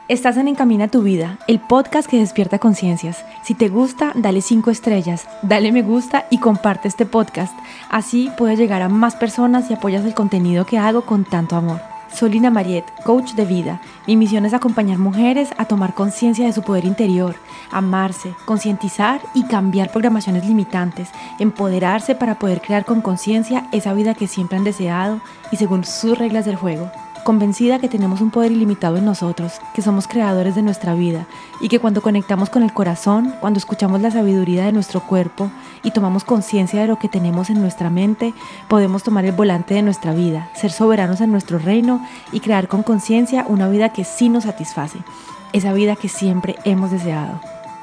Estás en Encamina tu vida, el podcast que despierta conciencias. Si te gusta, dale 5 estrellas, dale me gusta y comparte este podcast. Así puedes llegar a más personas y apoyas el contenido que hago con tanto amor. Soy Lina Mariet, coach de vida. Mi misión es acompañar mujeres a tomar conciencia de su poder interior, amarse, concientizar y cambiar programaciones limitantes, empoderarse para poder crear con conciencia esa vida que siempre han deseado y según sus reglas del juego. Convencida que tenemos un poder ilimitado en nosotros, que somos creadores de nuestra vida y que cuando conectamos con el corazón, cuando escuchamos la sabiduría de nuestro cuerpo y tomamos conciencia de lo que tenemos en nuestra mente, podemos tomar el volante de nuestra vida, ser soberanos en nuestro reino y crear con conciencia una vida que sí nos satisface, esa vida que siempre hemos deseado.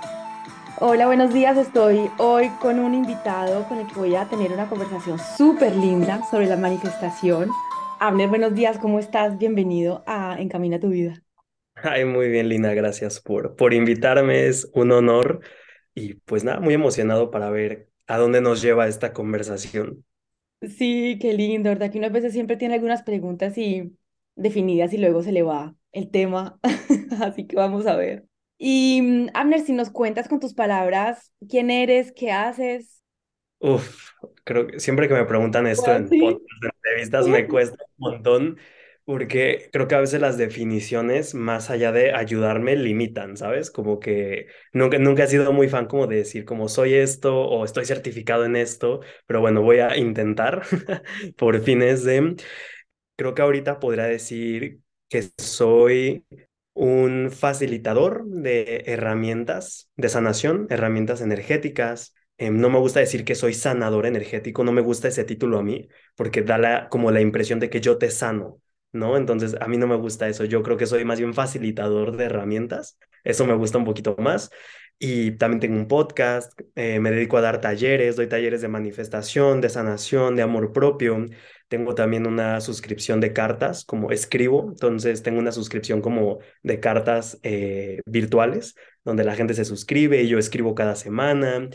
Hola, buenos días. Estoy hoy con un invitado con el que voy a tener una conversación súper linda sobre la manifestación. Abner, buenos días, ¿cómo estás? Bienvenido a Encamina tu vida. Ay, muy bien, Lina, gracias por invitarme, es un honor y pues nada, muy emocionado para ver a dónde nos lleva esta conversación. Sí, qué lindo, ¿verdad? Que unas veces siempre tiene algunas preguntas y definidas y luego se le va el tema. Así que vamos a ver. Y Abner, si nos cuentas con tus palabras, ¿quién eres? ¿Qué haces? Uf, creo que siempre que me preguntan esto ¿Ah, en sí? podcast, en entrevistas, me cuesta un montón porque creo que a veces las definiciones, más allá de ayudarme, limitan, ¿sabes? Como que nunca he sido muy fan como de decir como soy esto o estoy certificado en esto, pero bueno, voy a intentar por fines de... Creo que ahorita podría decir que soy un facilitador de herramientas de sanación, herramientas energéticas. No me gusta decir que soy sanador energético, no me gusta ese título a mí, porque da como la impresión de que yo te sano, ¿no? Entonces, a mí no me gusta eso. Yo creo que soy más bien facilitador de herramientas. Eso me gusta un poquito más. Y también tengo un podcast, me dedico a dar talleres, doy talleres de manifestación, de sanación, de amor propio. Tengo también una suscripción de cartas, como escribo, entonces tengo una suscripción como de cartas virtuales, donde la gente se suscribe y yo escribo cada semana.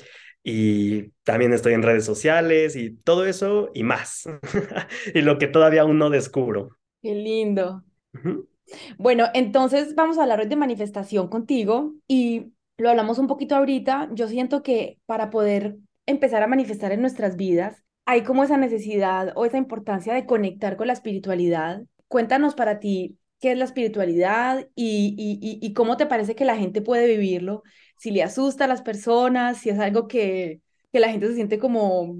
Y también estoy en redes sociales y todo eso y más. Y lo que todavía aún no descubro. Qué lindo. Ujú. Bueno, entonces vamos a hablar hoy de manifestación contigo y lo hablamos un poquito ahorita. Yo siento que para poder empezar a manifestar en nuestras vidas, hay como esa necesidad o esa importancia de conectar con la espiritualidad. Cuéntanos para ti qué es la espiritualidad y cómo te parece que la gente puede vivirlo, si le asusta a las personas, si es algo que la gente se siente como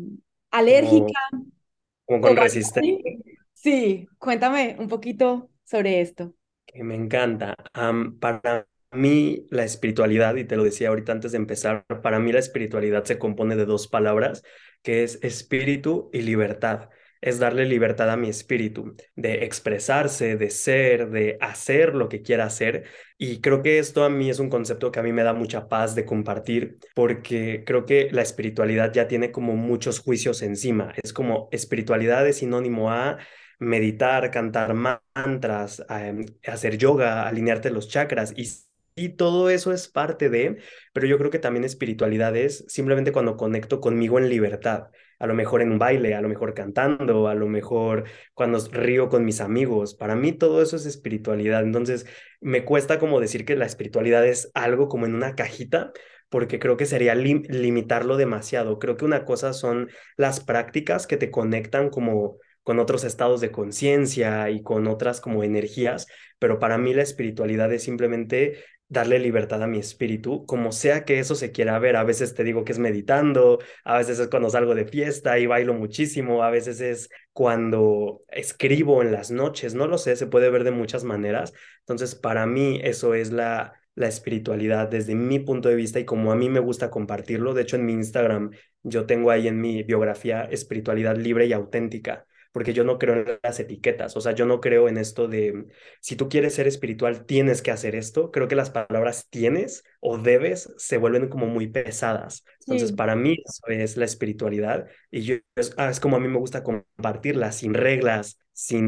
Como, alérgica como o con algo resistencia. así. Sí, cuéntame un poquito sobre esto. Que me encanta. Para mí la espiritualidad, y te lo decía ahorita antes de empezar, para mí la espiritualidad se compone de dos palabras, que es espíritu y libertad. Es darle libertad a mi espíritu, de expresarse, de ser, de hacer lo que quiera hacer. Y creo que esto a mí es un concepto que a mí me da mucha paz de compartir, porque creo que la espiritualidad ya tiene como muchos juicios encima. Es como espiritualidad es sinónimo a meditar, cantar mantras, hacer yoga, alinearte los chakras y todo eso es parte de, pero yo creo que también espiritualidad es simplemente cuando conecto conmigo en libertad, a lo mejor en un baile, a lo mejor cantando, a lo mejor cuando río con mis amigos. Para mí todo eso es espiritualidad. Entonces me cuesta como decir que la espiritualidad es algo como en una cajita, porque creo que sería limitarlo demasiado. Creo que una cosa son las prácticas que te conectan como con otros estados de conciencia y con otras como energías, pero para mí la espiritualidad es simplemente darle libertad a mi espíritu, como sea que eso se quiera ver. A veces te digo que es meditando, a veces es cuando salgo de fiesta y bailo muchísimo, a veces es cuando escribo en las noches, no lo sé, se puede ver de muchas maneras. Entonces, para mí eso es la espiritualidad desde mi punto de vista y como a mí me gusta compartirlo. De hecho, en mi Instagram yo tengo ahí en mi biografía espiritualidad libre y auténtica, porque yo no creo en las etiquetas, o sea, yo no creo en esto de, si tú quieres ser espiritual, tienes que hacer esto. Creo que las palabras tienes o debes se vuelven como muy pesadas. Entonces, Sí. para mí eso es la espiritualidad y yo, es como a mí me gusta compartirla, sin reglas,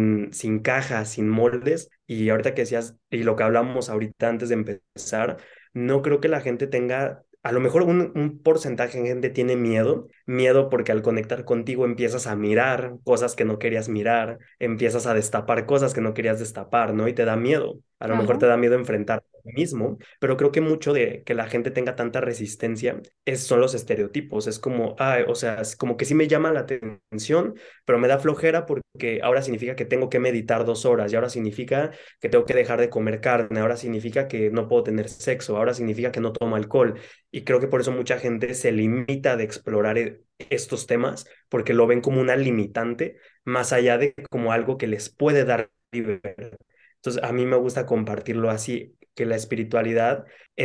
sin cajas, sin moldes. Y ahorita que decías, y lo que hablamos ahorita antes de empezar, no creo que la gente tenga... A lo mejor un porcentaje de gente tiene miedo, miedo porque al conectar contigo empiezas a mirar cosas que no querías mirar, empiezas a destapar cosas que no querías destapar, ¿no? Y te da miedo. a lo mejor Ajá. te da miedo enfrentar a ti mismo, pero creo que mucho de que la gente tenga tanta resistencia son los estereotipos, es como, ay, o sea, es como que sí me llama la atención, pero me da flojera porque ahora significa que tengo que meditar 2 horas y ahora significa que tengo que dejar de comer carne, ahora significa que no puedo tener sexo, ahora significa que no tomo alcohol. Y creo que por eso mucha gente se limita de explorar estos temas, porque lo ven como una limitante, más allá de como algo que les puede dar libertad. Entonces, a mí me gusta compartirlo así, que la espiritualidad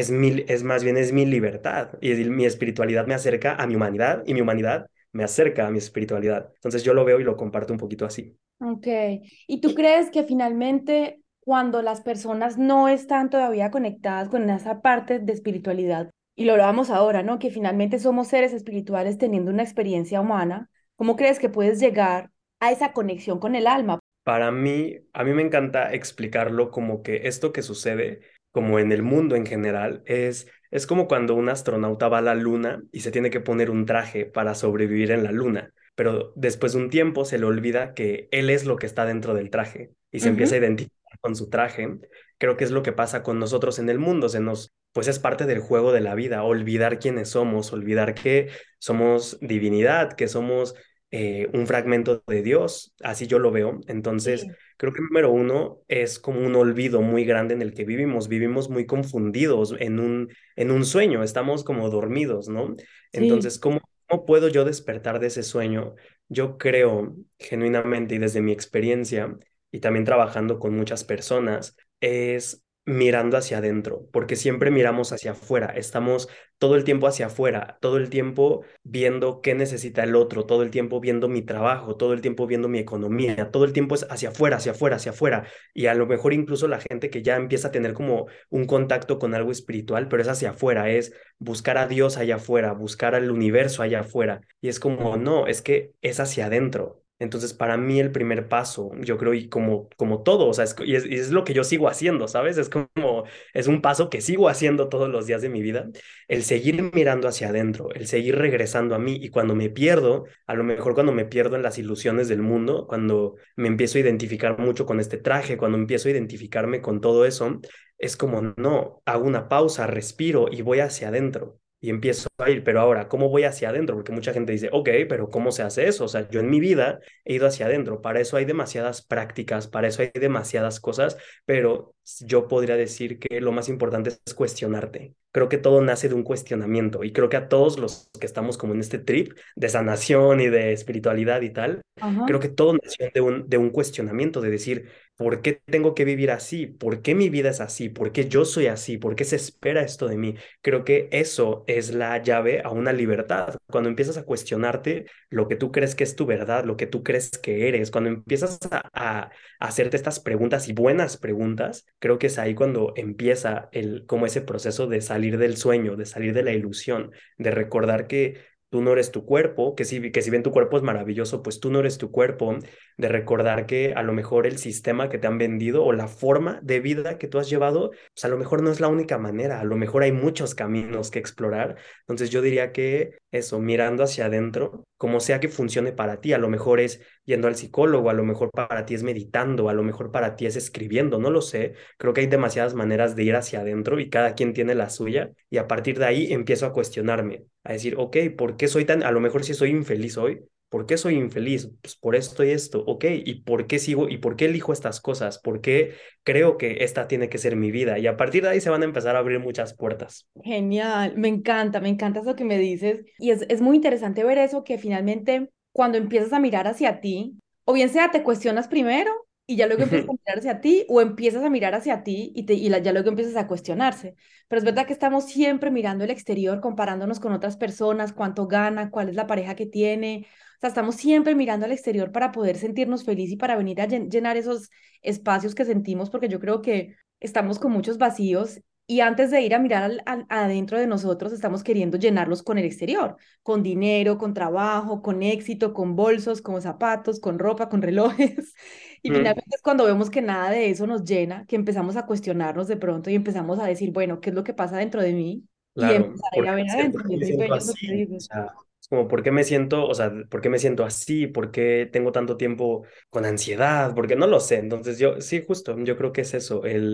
es más bien es mi libertad y mi espiritualidad me acerca a mi humanidad y mi humanidad me acerca a mi espiritualidad. Entonces yo lo veo y lo comparto un poquito así. Ok. ¿Y tú crees que finalmente cuando las personas no están todavía conectadas con esa parte de espiritualidad, y lo hablábamos ahora, ¿no? Que finalmente somos seres espirituales teniendo una experiencia humana, ¿cómo crees que puedes llegar a esa conexión con el alma? Para mí, a mí me encanta explicarlo como que esto que sucede, como en el mundo en general, es como cuando un astronauta va a la luna y se tiene que poner un traje para sobrevivir en la luna, pero después de un tiempo se le olvida que él es lo que está dentro del traje y se empieza a Ujú. identificar con su traje. Creo que es lo que pasa con nosotros en el mundo, pues es parte del juego de la vida, olvidar quiénes somos, olvidar que somos divinidad, que somos un fragmento de Dios, así yo lo veo. Entonces, Sí, creo que número uno es como un olvido muy grande en el que vivimos muy confundidos en un sueño, estamos como dormidos, ¿no? sí, Entonces, ¿cómo puedo yo despertar de ese sueño? Yo creo genuinamente y desde mi experiencia y también trabajando con muchas personas, es mirando hacia adentro, porque siempre miramos hacia afuera, estamos todo el tiempo hacia afuera, todo el tiempo viendo qué necesita el otro, todo el tiempo viendo mi trabajo, todo el tiempo viendo mi economía, todo el tiempo es hacia afuera, hacia afuera, hacia afuera. Y a lo mejor incluso la gente que ya empieza a tener como un contacto con algo espiritual, pero es hacia afuera, es buscar a Dios allá afuera, buscar al universo allá afuera. Y es como, no, es que es hacia adentro. Entonces, para mí el primer paso, yo creo, y como todo, o sea, y es lo que yo sigo haciendo, ¿sabes? Es como, es un paso que sigo haciendo todos los días de mi vida, el seguir mirando hacia adentro, el seguir regresando a mí y cuando me pierdo, a lo mejor cuando me pierdo en las ilusiones del mundo, cuando me empiezo a identificar mucho con este traje, cuando empiezo a identificarme con todo eso, es como, no, hago una pausa, respiro y voy hacia adentro. Y empiezo a ir, pero ahora, ¿cómo voy hacia adentro? Porque mucha gente dice, ok, pero ¿cómo se hace eso? O sea, yo en mi vida he ido hacia adentro, para eso hay demasiadas prácticas, para eso hay demasiadas cosas, pero yo podría decir que lo más importante es cuestionarte. Creo que todo nace de un cuestionamiento y creo que a todos los que estamos como en este trip de sanación y de espiritualidad y tal, ajá. creo que todo nació de un cuestionamiento, de decir, ¿por qué tengo que vivir así? ¿Por qué mi vida es así? ¿Por qué yo soy así? ¿Por qué se espera esto de mí? Creo que eso es la llave a una libertad. Cuando empiezas a cuestionarte lo que tú crees que es tu verdad, lo que tú crees que eres, cuando empiezas a hacerte estas preguntas y buenas preguntas, creo que es ahí cuando empieza como ese proceso de salir del sueño, de salir de la ilusión, de recordar que tú no eres tu cuerpo, que si bien tu cuerpo es maravilloso, pues tú no eres tu cuerpo, de recordar que a lo mejor el sistema que te han vendido o la forma de vida que tú has llevado, pues a lo mejor no es la única manera, a lo mejor hay muchos caminos que explorar. Entonces yo diría que eso, mirando hacia adentro, como sea que funcione para ti, a lo mejor es yendo al psicólogo, a lo mejor para ti es meditando, a lo mejor para ti es escribiendo, no lo sé. Creo que hay demasiadas maneras de ir hacia adentro y cada quien tiene la suya y a partir de ahí empiezo a cuestionarme, a decir, ok, ¿por qué soy a lo mejor si soy infeliz hoy? ¿Por qué soy infeliz? Pues por esto y esto, ok, ¿y por qué sigo y por qué elijo estas cosas? ¿Por qué creo que esta tiene que ser mi vida? Y a partir de ahí se van a empezar a abrir muchas puertas. Genial, me encanta eso que me dices. Y es muy interesante ver eso, que finalmente cuando empiezas a mirar hacia ti, o bien sea te cuestionas primero y ya luego empiezas a mirar hacia ti, o empiezas a mirar hacia ti ya luego empiezas a cuestionarse. Pero es verdad que estamos siempre mirando el exterior, comparándonos con otras personas, cuánto gana, cuál es la pareja que tiene. O sea, estamos siempre mirando al exterior para poder sentirnos felices y para venir a llenar esos espacios que sentimos, porque yo creo que estamos con muchos vacíos y antes de ir a mirar adentro de nosotros, estamos queriendo llenarlos con el exterior, con dinero, con trabajo, con éxito, con bolsos, con zapatos, con ropa, con relojes. Y Ujú. finalmente es cuando vemos que nada de eso nos llena, que empezamos a cuestionarnos de pronto y empezamos a decir, bueno, ¿qué es lo que pasa dentro de mí? Y Claro, empezar a ir a ver por adentro. qué Y es me muy siento bello eso que así? O dices. sea, es como, ¿por qué me siento, o sea, por qué me siento así? ¿Por qué tengo tanto tiempo con ansiedad? Porque no lo sé. Entonces, yo, sí, justo, yo creo que es eso,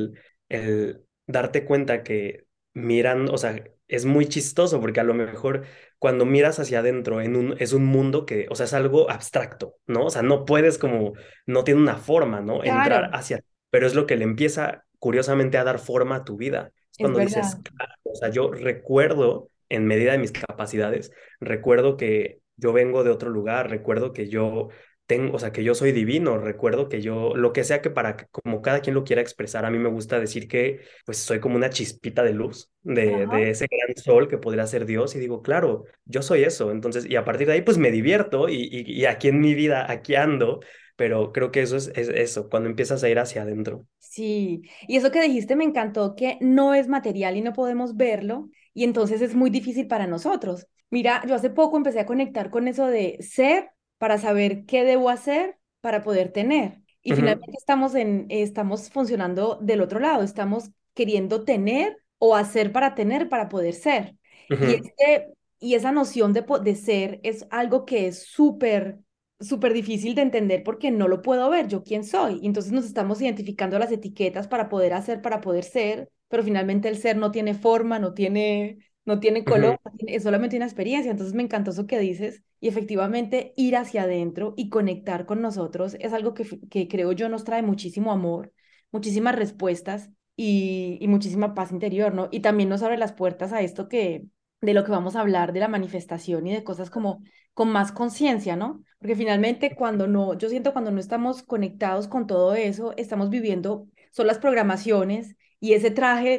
el darte cuenta que miran, o sea, es muy chistoso porque a lo mejor cuando miras hacia adentro es un mundo que, o sea, es algo abstracto, ¿no? O sea, no puedes como, no tiene una forma, ¿no? Entrar Claro, hacia, pero es lo que le empieza curiosamente a dar forma a tu vida. Es es cuando dices, verdad. claro, o sea, yo recuerdo, en medida de mis capacidades, recuerdo que yo vengo de otro lugar, recuerdo que yo tengo, o sea, que yo soy divino, recuerdo que yo, lo que sea que como cada quien lo quiera expresar, a mí me gusta decir que pues soy como una chispita de luz Ajá. de ese gran sol que podría ser Dios y digo, claro, yo soy eso, entonces, y a partir de ahí pues me divierto y aquí en mi vida, aquí ando, pero creo que eso es eso, cuando empiezas a ir hacia adentro. Sí, y eso que dijiste me encantó, que no es material y no podemos verlo, y entonces es muy difícil para nosotros. Mira, yo hace poco empecé a conectar con eso de ser para saber qué debo hacer para poder tener. Y Ujú, finalmente estamos funcionando del otro lado, estamos queriendo tener o hacer para tener para poder ser. Y, ujú, y esa noción de ser es algo que es súper difícil de entender porque no lo puedo ver, yo quién soy. Y entonces nos estamos identificando las etiquetas para poder hacer, para poder ser, pero finalmente el ser no tiene forma, no tiene color, ujú. es solamente una experiencia. Entonces me encantó eso que dices y efectivamente ir hacia adentro y conectar con nosotros es algo que creo yo nos trae muchísimo amor, muchísimas respuestas y muchísima paz interior, ¿no? Y también nos abre las puertas a esto de lo que vamos a hablar, de la manifestación y de cosas como con más conciencia, ¿no? Porque finalmente cuando no, yo siento cuando no estamos conectados con todo eso, estamos viviendo, son las programaciones y ese traje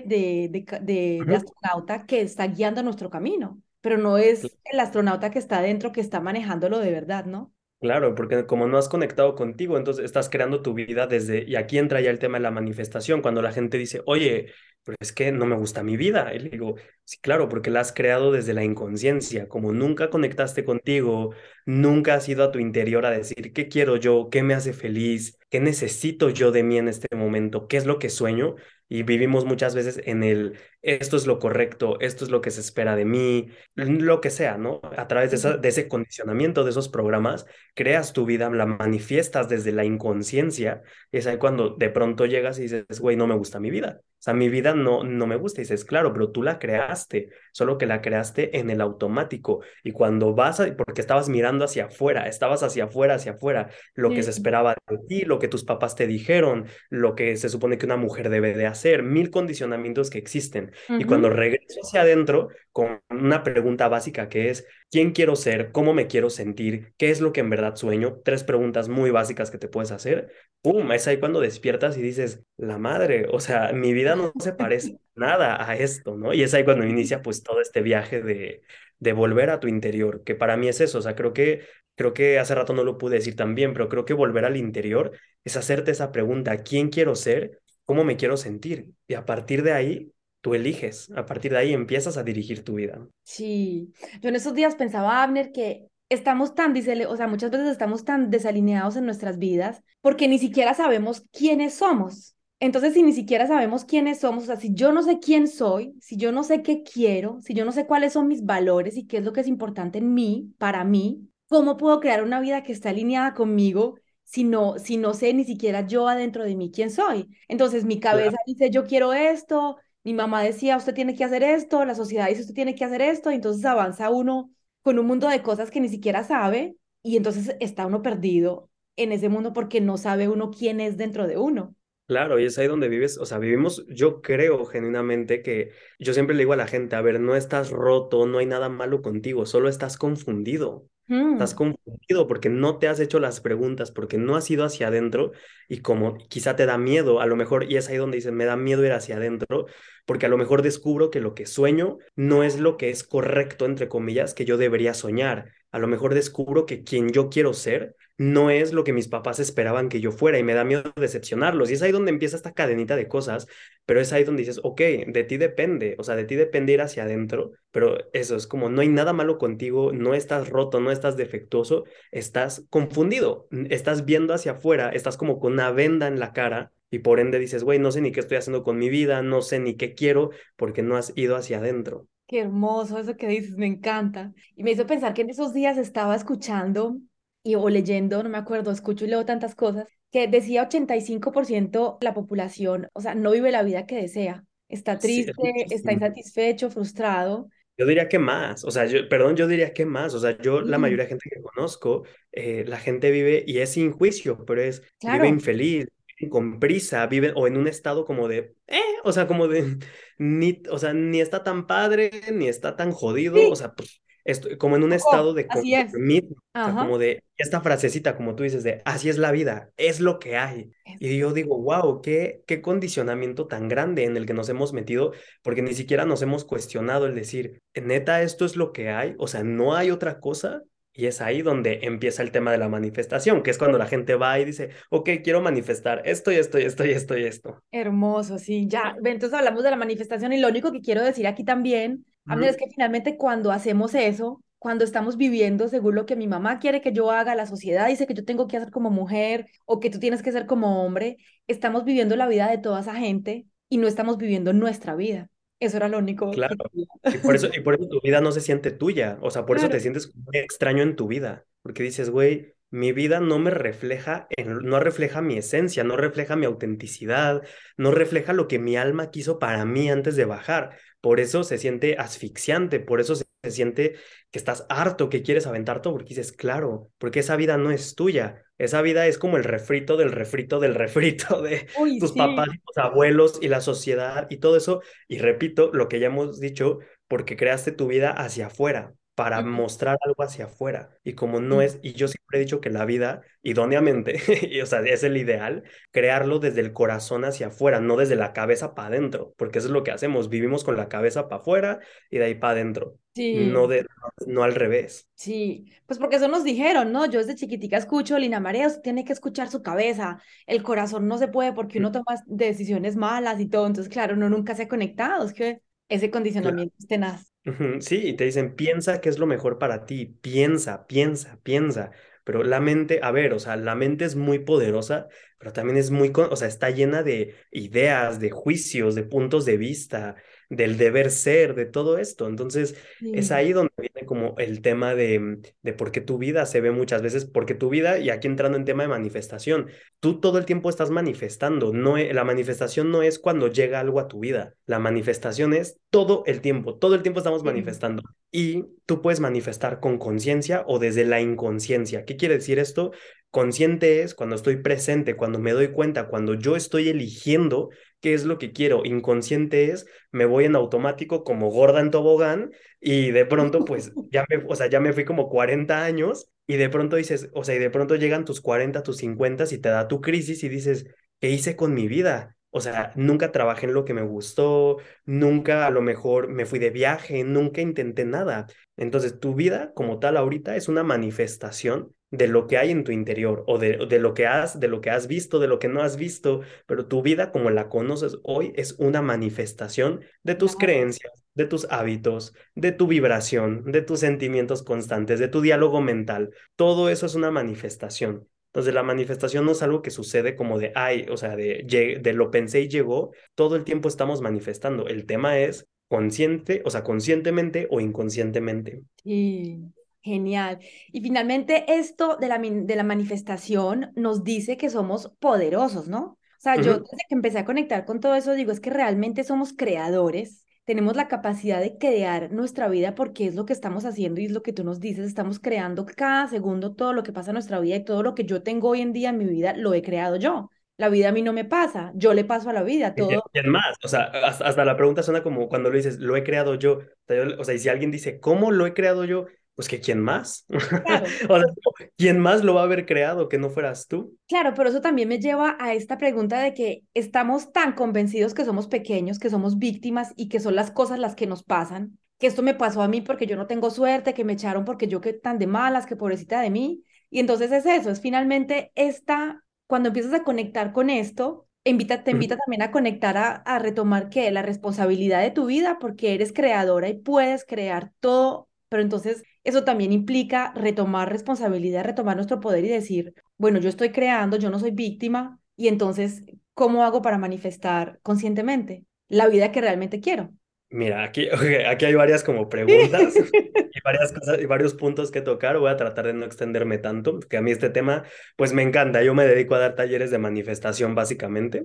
de Ujú. astronauta que está guiando nuestro camino, pero no es el astronauta que está adentro que está manejándolo de verdad, ¿no? Claro, porque como no has conectado contigo, entonces estás creando tu vida desde, y aquí entra ya el tema de la manifestación, cuando la gente dice, oye, pero es que no me gusta mi vida. Y le digo, sí, claro, porque la has creado desde la inconsciencia, como nunca conectaste contigo, nunca has ido a tu interior a decir, ¿qué quiero yo? ¿Qué me hace feliz? ¿Qué necesito yo de mí en este momento? ¿Qué es lo que sueño? Y vivimos muchas veces en el, esto es lo correcto, esto es lo que se espera de mí, lo que sea, ¿no? A través de, Sí. de ese condicionamiento, de esos programas creas tu vida, la manifiestas desde la inconsciencia, y es ahí cuando de pronto llegas y dices, güey, no me gusta mi vida. O sea, mi vida no me gusta. Y dices, claro, pero tú la creaste, solo que la creaste en el automático. Y cuando vas, porque estabas mirando hacia afuera, estabas hacia afuera, lo que se Sí. esperaba de ti, lo que tus papás te dijeron, lo que se supone que una mujer debe de hacer, mil condicionamientos que existen. Y cuando Ujú. regreso hacia adentro, con una pregunta básica que es, ¿quién quiero ser? ¿Cómo me quiero sentir? ¿Qué es lo que en verdad sueño? Tres preguntas muy básicas que te puedes hacer. ¡Pum! Es ahí cuando despiertas y dices, la madre, o sea, mi vida no se parece nada a esto, ¿no? Y es ahí cuando inicia pues todo este viaje de volver a tu interior, que para mí es eso, o sea, creo que hace rato no lo pude decir tan bien, pero creo que volver al interior es hacerte esa pregunta, ¿quién quiero ser? ¿Cómo me quiero sentir? Y a partir de ahí, tú eliges, a partir de ahí empiezas a dirigir tu vida. Sí, yo en esos días pensaba, Abner, que estamos tan, o sea, muchas veces estamos tan desalineados en nuestras vidas porque ni siquiera sabemos quiénes somos. Entonces, si ni siquiera sabemos quiénes somos, o sea, si yo no sé quién soy, si yo no sé qué quiero, si yo no sé cuáles son mis valores y qué es lo que es importante en mí, para mí, ¿cómo puedo crear una vida que esté alineada conmigo si no sé ni siquiera yo adentro de mí quién soy? Entonces, mi cabeza dice, yo quiero esto. Mi mamá decía, usted tiene que hacer esto, la sociedad dice, usted tiene que hacer esto, y entonces avanza uno con un mundo de cosas que ni siquiera sabe, y entonces está uno perdido en ese mundo porque no sabe uno quién es dentro de uno. Claro, y es ahí donde vives, o sea, vivimos, yo creo genuinamente que yo siempre le digo a la gente, a ver, no estás roto, no hay nada malo contigo, solo estás confundido. Estás Mm, confundido porque no te has hecho las preguntas, porque no has ido hacia adentro y como quizá te da miedo, a lo mejor, y es ahí donde dicen, me da miedo ir hacia adentro, porque a lo mejor descubro que lo que sueño no es lo que es correcto, entre comillas, que yo debería soñar. A lo mejor descubro que quien yo quiero ser no es lo que mis papás esperaban que yo fuera y me da miedo decepcionarlos. Y es ahí donde empieza esta cadenita de cosas, pero es ahí donde dices, ok, de ti depende, o sea, de ti depende ir hacia adentro, pero eso es como, no hay nada malo contigo, no estás roto, no estás defectuoso, estás confundido, estás viendo hacia afuera, estás como con una venda en la cara. Y por ende dices, güey, no sé ni qué estoy haciendo con mi vida, no sé ni qué quiero, porque no has ido hacia adentro. qué hermoso eso que dices, me encanta. Y me hizo pensar que en esos días estaba escuchando o leyendo, no me acuerdo, escucho y leo tantas cosas, que decía 85% la población, o sea, no vive la vida que desea. Está Sí, es triste, está muchísimo. insatisfecho, frustrado. Yo diría que más, o sea, perdón, yo diría que más, o sea, yo la Sí, mayoría de gente que conozco, la gente vive, y es sin juicio, pero vive claro. infeliz, vive con prisa, vive o en un estado como de, o sea, como de, o sea, ni está tan padre, ni está tan jodido, o Sí, sea, pues, como en un estado tocó, de así es. conformismo, o sea, Ajá. como de, esta frasecita, como tú dices, de, así es la vida, es lo que hay. Y yo digo, wow, qué condicionamiento tan grande en el que nos hemos metido porque ni siquiera nos hemos cuestionado el decir, neta, esto es lo que hay, o sea, no hay otra cosa. Y es ahí donde empieza el tema de la manifestación, que es cuando la gente va y dice, ok, quiero manifestar esto y esto y esto y esto y esto. Hermoso, sí, ya. Entonces hablamos de la manifestación y lo único que quiero decir aquí también, Abner, es Ujú. que finalmente cuando hacemos eso, cuando estamos viviendo según lo que mi mamá quiere que yo haga, la sociedad dice que yo tengo que hacer como mujer o que tú tienes que ser como hombre, estamos viviendo la vida de toda esa gente y no estamos viviendo nuestra vida. Eso era lo único Claro. que quería. Y por eso tu vida no se siente tuya. O sea, por eso te Claro. sientes muy extraño en tu vida. Porque dices, güey, mi vida no me refleja, no refleja mi esencia, no refleja mi autenticidad, no refleja lo que mi alma quiso para mí antes de bajar. Por eso se siente asfixiante, por eso se siente que estás harto, que quieres aventar todo, porque dices, claro, porque esa vida no es tuya. Esa vida es como el refrito del refrito del refrito de Uy, tus papás sí. y tus abuelos y la sociedad y todo eso y repito lo que ya hemos dicho, porque creaste tu vida hacia afuera, para Mm, mostrar algo hacia afuera. Y como no sí. es, y yo siempre he dicho que la vida, idóneamente, y, o sea, es el ideal, crearlo desde el corazón hacia afuera, no desde la cabeza para adentro, porque eso es lo que hacemos, vivimos con la cabeza para afuera y de ahí para adentro, no, Sí. no al revés. Sí, pues porque eso nos dijeron, ¿no? Yo desde chiquitica escucho, Lina María, usted tiene que escuchar su cabeza, el corazón no se puede porque uno toma decisiones malas y todo, entonces claro, uno nunca se ha conectado, es que ese condicionamiento es tenaz. Ujú, sí, y te dicen, piensa qué es lo mejor para ti, piensa, piensa, piensa. Pero la mente, a ver, o sea, la mente es muy poderosa, pero también es muy, o sea, está llena de ideas, de juicios, de puntos de vista, del deber ser, de todo esto. Entonces, es Sí, ahí donde viene como el tema de por qué tu vida se ve muchas veces, porque tu vida, y aquí entrando en tema de manifestación, tú todo el tiempo estás manifestando, no, la manifestación no es cuando llega algo a tu vida, la manifestación es todo el tiempo estamos sí, manifestando. Y tú puedes manifestar con conciencia o desde la inconsciencia. ¿Qué quiere decir esto? Consciente es cuando estoy presente, cuando me doy cuenta, cuando yo estoy eligiendo qué es lo que quiero. Inconsciente es me voy en automático como gorda en tobogán y de pronto pues o sea, ya me fui como 40 años y de pronto dices, o sea, y de pronto llegan tus 40 tus 50 y te da tu crisis y dices, ¿qué hice con mi vida? O sea, nunca trabajé en lo que me gustó, nunca a lo mejor me fui de viaje, nunca intenté nada. Entonces, tu vida como tal ahorita es una manifestación de lo que hay en tu interior o de lo que has visto, de lo que no has visto, pero tu vida como la conoces hoy es una manifestación de tus claro. creencias, de tus hábitos, de tu vibración, de tus sentimientos constantes, de tu diálogo mental. Todo eso es una manifestación. Entonces, la manifestación no es algo que sucede como de, ay, o sea, de lo pensé y llegó, todo el tiempo estamos manifestando. El tema es consciente, o sea, conscientemente o inconscientemente. Sí, genial. Y finalmente esto de de la manifestación nos dice que somos poderosos, ¿no? O sea, yo Ujú. desde que empecé a conectar con todo eso, digo, es que realmente somos creadores, tenemos la capacidad de crear nuestra vida porque es lo que estamos haciendo y es lo que tú nos dices, estamos creando cada segundo todo lo que pasa en nuestra vida y todo lo que yo tengo hoy en día en mi vida lo he creado yo. La vida a mí no me pasa, yo le paso a la vida Y todo. es más, o sea, hasta la pregunta suena como cuando lo dices, lo he creado yo. O sea, y si alguien dice, ¿cómo lo he creado yo? Pues que ¿quién más? Claro. O sea, ¿quién más lo va a haber creado que no fueras tú? Claro, pero eso también me lleva a esta pregunta de que estamos tan convencidos que somos pequeños, que somos víctimas y que son las cosas las que nos pasan, que esto me pasó a mí porque yo no tengo suerte, que me echaron porque yo que tan de malas, que pobrecita de mí. Y entonces es eso, es finalmente esta, cuando empiezas a conectar con esto, te Ujú. invita también a conectar a retomar que la responsabilidad de tu vida, porque eres creadora y puedes crear todo, pero entonces eso también implica retomar responsabilidad, retomar nuestro poder y decir bueno, yo estoy creando, yo no soy víctima, y entonces, ¿cómo hago para manifestar conscientemente la vida que realmente quiero? Mira, aquí, ok, aquí hay varias como preguntas y varias cosas y varios puntos que tocar. Voy a tratar de no extenderme tanto, porque a mí este tema, pues me encanta. Yo me dedico a dar talleres de manifestación, básicamente.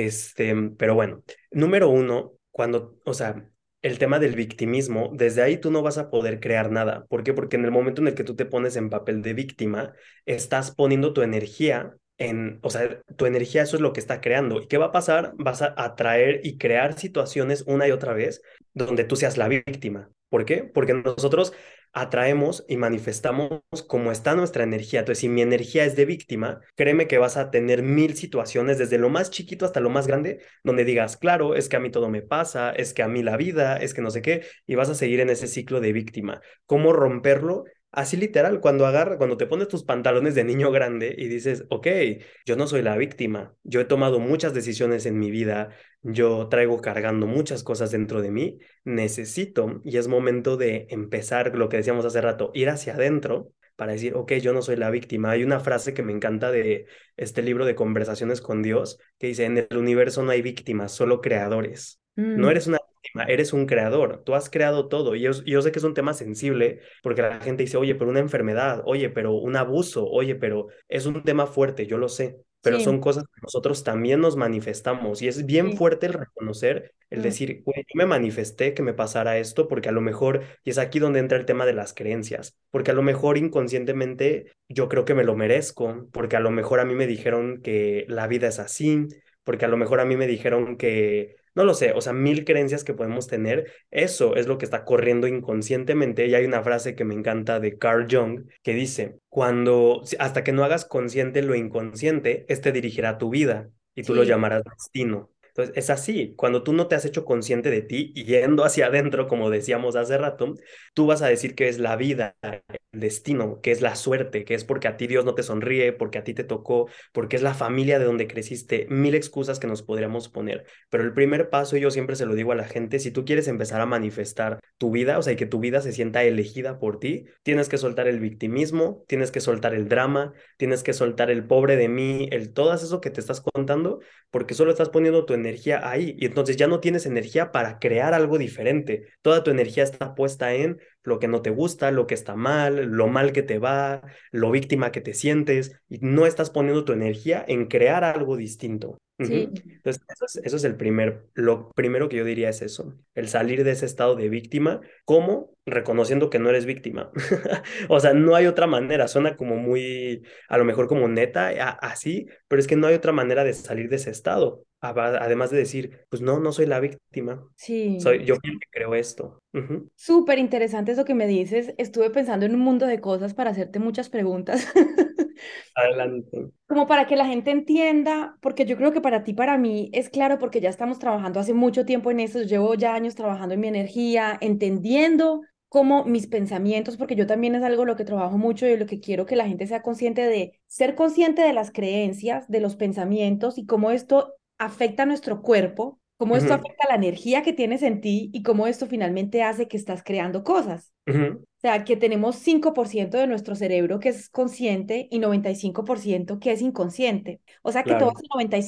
Pero bueno, número uno, cuando, o sea, el tema del victimismo, desde ahí tú no vas a poder crear nada. ¿Por qué? Porque en el momento en el que tú te pones en papel de víctima, estás poniendo tu energía o sea, tu energía eso es lo que está creando. ¿Y qué va a pasar? Vas a atraer y crear situaciones una y otra vez donde tú seas la víctima. ¿Por qué? Porque nosotros atraemos y manifestamos como está nuestra energía. Entonces, si mi energía es de víctima, créeme que vas a tener mil situaciones, desde lo más chiquito hasta lo más grande, donde digas, claro, es que a mí todo me pasa, es que a mí la vida, es que no sé qué, y vas a seguir en ese ciclo de víctima. ¿Cómo romperlo? Así literal, cuando te pones tus pantalones de niño grande y dices, ok, yo no soy la víctima, yo he tomado muchas decisiones en mi vida, yo traigo cargando muchas cosas dentro de mí, necesito, y es momento de empezar lo que decíamos hace rato, ir hacia adentro para decir, ok, yo no soy la víctima. Hay una frase que me encanta de este libro de Conversaciones con Dios que dice, en el universo no hay víctimas, solo creadores. No Mm, eres una víctima, eres un creador, tú has creado todo. Y yo sé que es un tema sensible porque la gente dice, oye, pero una enfermedad, oye, pero un abuso, oye, pero es un tema fuerte, yo lo sé, pero sí, son cosas que nosotros también nos manifestamos y es bien sí. fuerte el reconocer, el Mm, decir, güey, yo me manifesté que me pasara esto porque a lo mejor, y es aquí donde entra el tema de las creencias, porque a lo mejor inconscientemente yo creo que me lo merezco, porque a lo mejor a mí me dijeron que la vida es así, porque a lo mejor a mí me dijeron que... No lo sé, o sea, mil creencias que podemos tener, eso es lo que está corriendo inconscientemente. Y hay una frase que me encanta de Carl Jung que dice, hasta que no hagas consciente lo inconsciente, este dirigirá tu vida y tú lo sí, llamarás destino. Entonces, es así, cuando tú no te has hecho consciente de ti y yendo hacia adentro, como decíamos hace rato, tú vas a decir que es la vida, el destino, que es la suerte, que es porque a ti Dios no te sonríe, porque a ti te tocó, porque es la familia de donde creciste, mil excusas que nos podríamos poner. Pero el primer paso, y yo siempre se lo digo a la gente, si tú quieres empezar a manifestar tu vida, o sea, y que tu vida se sienta elegida por ti, tienes que soltar el victimismo, tienes que soltar el drama, tienes que soltar el pobre de mí, el todo eso que te estás contando, porque solo estás poniendo tu energía ahí y entonces ya no tienes energía para crear algo diferente. Toda tu energía está puesta en lo que no te gusta, lo que está mal, lo mal que te va, lo víctima que te sientes y no estás poniendo tu energía en crear algo distinto. sí, Ujú. Entonces, eso es lo primero que yo diría es eso, el salir de ese estado de víctima, ¿cómo? Reconociendo que no eres víctima. O sea, no hay otra manera, suena como muy, a lo mejor como neta, así, pero es que no hay otra manera de salir de ese estado. Además de decir, pues no, no soy la víctima, sí. soy yo quien creo esto. Ujú. Súper interesante eso que me dices. Estuve pensando en un mundo de cosas para hacerte muchas preguntas. Adelante. Como para que la gente entienda, porque yo creo que para ti, para mí, es claro porque ya estamos trabajando hace mucho tiempo en esto, yo llevo ya años trabajando en mi energía, entendiendo cómo mis pensamientos, porque yo también es algo lo que trabajo mucho y lo que quiero que la gente sea consciente de ser consciente de las creencias, de los pensamientos y cómo esto afecta a nuestro cuerpo, cómo esto Ujú, afecta la energía que tienes en ti y cómo esto finalmente hace que estás creando cosas. ujú. O sea, que tenemos 5% de nuestro cerebro que es consciente y 95% que es inconsciente. O sea, que todo Claro, ese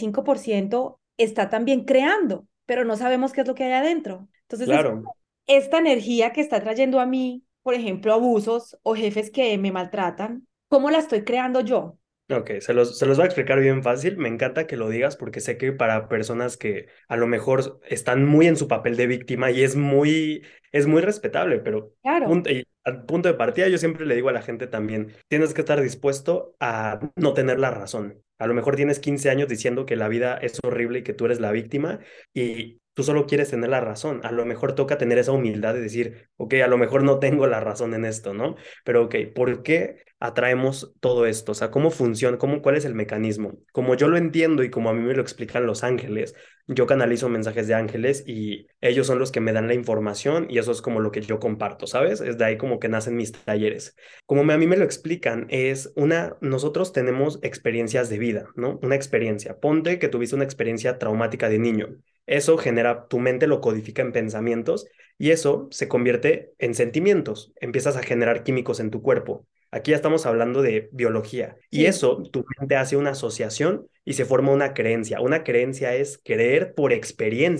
95% está también creando, pero no sabemos qué es lo que hay adentro. Entonces, es claro. como esta energía que está trayendo a mí, por ejemplo, abusos o jefes que me maltratan, ¿cómo la estoy creando yo? Ok, se los voy a explicar bien fácil. Me encanta que lo digas porque sé que para personas que a lo mejor están muy en su papel de víctima y es muy respetable, pero Claro, al punto de partida yo siempre le digo a la gente también, tienes que estar dispuesto a no tener la razón. A lo mejor tienes 15 años diciendo que la vida es horrible y que tú eres la víctima y tú solo quieres tener la razón. A lo mejor toca tener esa humildad de decir, ok, a lo mejor no tengo la razón en esto, ¿no? Pero ok, ¿por qué atraemos todo esto? O sea, ¿cómo funciona? ¿Cuál es el mecanismo? Como yo lo entiendo y como a mí me lo explican los ángeles, yo canalizo mensajes de ángeles y ellos son los que me dan la información y eso es como lo que yo comparto, ¿sabes? Es de ahí como que nacen mis talleres. Como a mí me lo explican, nosotros tenemos experiencias de vida, ¿no? Una experiencia. Ponte que tuviste una experiencia traumática de niño. Eso genera, tu mente lo codifica en pensamientos y eso se convierte en sentimientos. Empiezas a generar químicos en tu cuerpo. Aquí ya estamos hablando de biología. Y sí, eso, tu mente hace una asociación y se forma una creencia. Una creencia es creer por experiencia.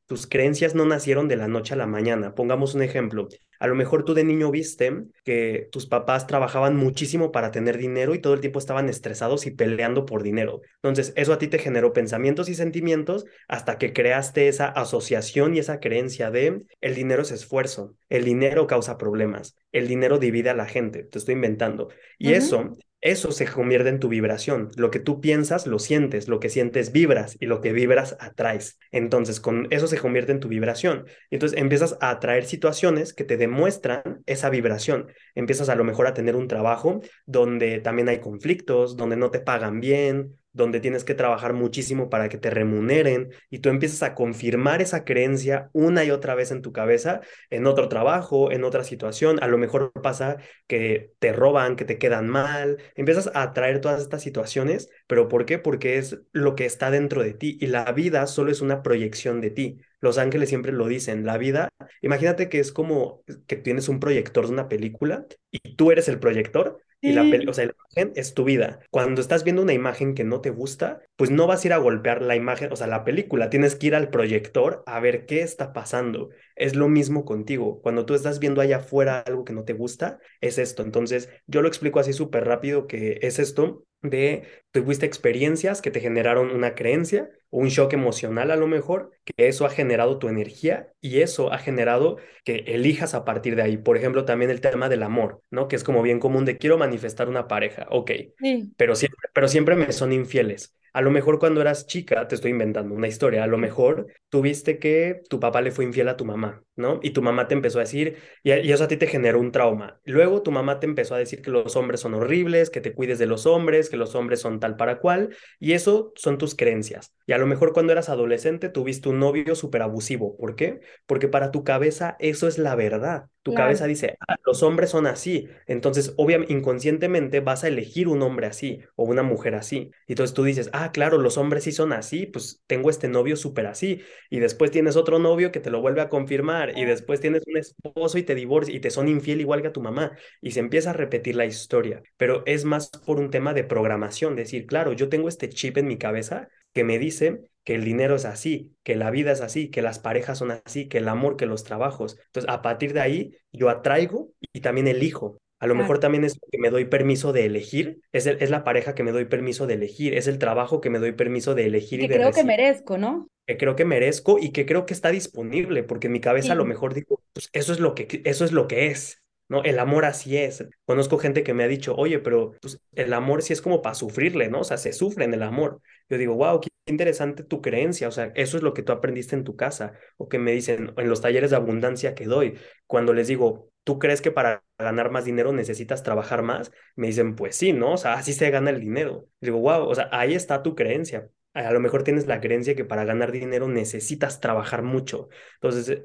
Tus creencias no nacieron de la noche a la mañana. Pongamos un ejemplo. A lo mejor tú de niño viste que tus papás trabajaban muchísimo para tener dinero y todo el tiempo estaban estresados y peleando por dinero. Entonces, eso a ti te generó pensamientos y sentimientos hasta que creaste esa asociación y esa creencia de el dinero es esfuerzo, el dinero causa problemas, el dinero divide a la gente. Te estoy inventando. Y Ujú. eso se convierte en tu vibración. Lo que tú piensas, lo sientes, lo que sientes, vibras y lo que vibras, atraes. Entonces, con eso se convierte en tu vibración. Y entonces empiezas a atraer situaciones que te demuestran esa vibración. Empiezas a lo mejor a tener un trabajo donde también hay conflictos, donde no te pagan bien, donde tienes que trabajar muchísimo para que te remuneren y tú empiezas a confirmar esa creencia una y otra vez en tu cabeza, en otro trabajo, en otra situación. A lo mejor pasa que te roban, que te quedan mal, empiezas a atraer todas estas situaciones, pero ¿por qué? Porque es lo que está dentro de ti y la vida solo es una proyección de ti. Los ángeles siempre lo dicen, la vida, imagínate que es como que tienes un proyector de una película y tú eres el proyector y o Sí, sea, la imagen es tu vida. Cuando estás viendo una imagen que no te gusta, pues no vas a ir a golpear la imagen, o sea, la película, tienes que ir al proyector a ver qué está pasando. Es lo mismo contigo. Cuando tú estás viendo allá afuera algo que no te gusta, es esto. Entonces, yo lo explico así súper rápido que es esto de tuviste experiencias que te generaron una creencia o un shock emocional a lo mejor, que eso ha generado tu energía y eso ha generado que elijas a partir de ahí. Por ejemplo, también el tema del amor, ¿no? Que es como bien común de quiero manifestar una pareja, ok, sí, pero siempre me son infieles. A lo mejor cuando eras chica, te estoy inventando una historia, a lo sí, mejor tuviste que tu papá le fue infiel a tu mamá, ¿no? Y tu mamá te empezó a decir, y eso a ti te generó un trauma. Luego tu mamá te empezó a decir que los hombres son horribles, que te cuides de los hombres, que los hombres son tal para cual, y eso son tus creencias. Y a lo mejor cuando eras adolescente tuviste un novio súper abusivo. ¿Por qué? Porque para tu cabeza eso es la verdad. Tu cabeza claro, dice, "Ah, los hombres son así". Entonces, obviamente, inconscientemente vas a elegir un hombre así o una mujer así. Y entonces tú dices, ah, claro, los hombres sí son así, pues tengo este novio súper así. Y después tienes otro novio que te lo vuelve a confirmar. Y después tienes un esposo y te divorcias y te son infiel igual que a tu mamá. Y se empieza a repetir la historia. Pero es más por un tema de programación. Decir, claro, yo tengo este chip en mi cabeza que me dice que el dinero es así, que la vida es así, que las parejas son así, que el amor, que los trabajos. Entonces, a partir de ahí, yo atraigo y también elijo. A lo claro. mejor también es que me doy permiso de elegir, es la pareja que me doy permiso de elegir, es el trabajo que me doy permiso de Y elegir y que de creo que recibir, merezco, ¿no? que creo que merezco y que creo que está disponible, porque en mi cabeza a lo Sí. mejor digo, pues eso es lo que es, ¿no? El amor así es. Conozco gente que me ha dicho, oye, pero pues, el amor sí es como para sufrirle, ¿no? O sea, se sufre en el amor. Yo digo, wow, qué interesante tu creencia, o sea, eso es lo que tú aprendiste en tu casa, o que me dicen en los talleres de abundancia que doy, cuando les digo, ¿tú crees que para ganar más dinero necesitas trabajar más? Me dicen, pues sí, ¿no? O sea, así se gana el dinero. Digo, wow, o sea, ahí está tu creencia. A lo mejor tienes la creencia que para ganar dinero necesitas trabajar mucho. Entonces,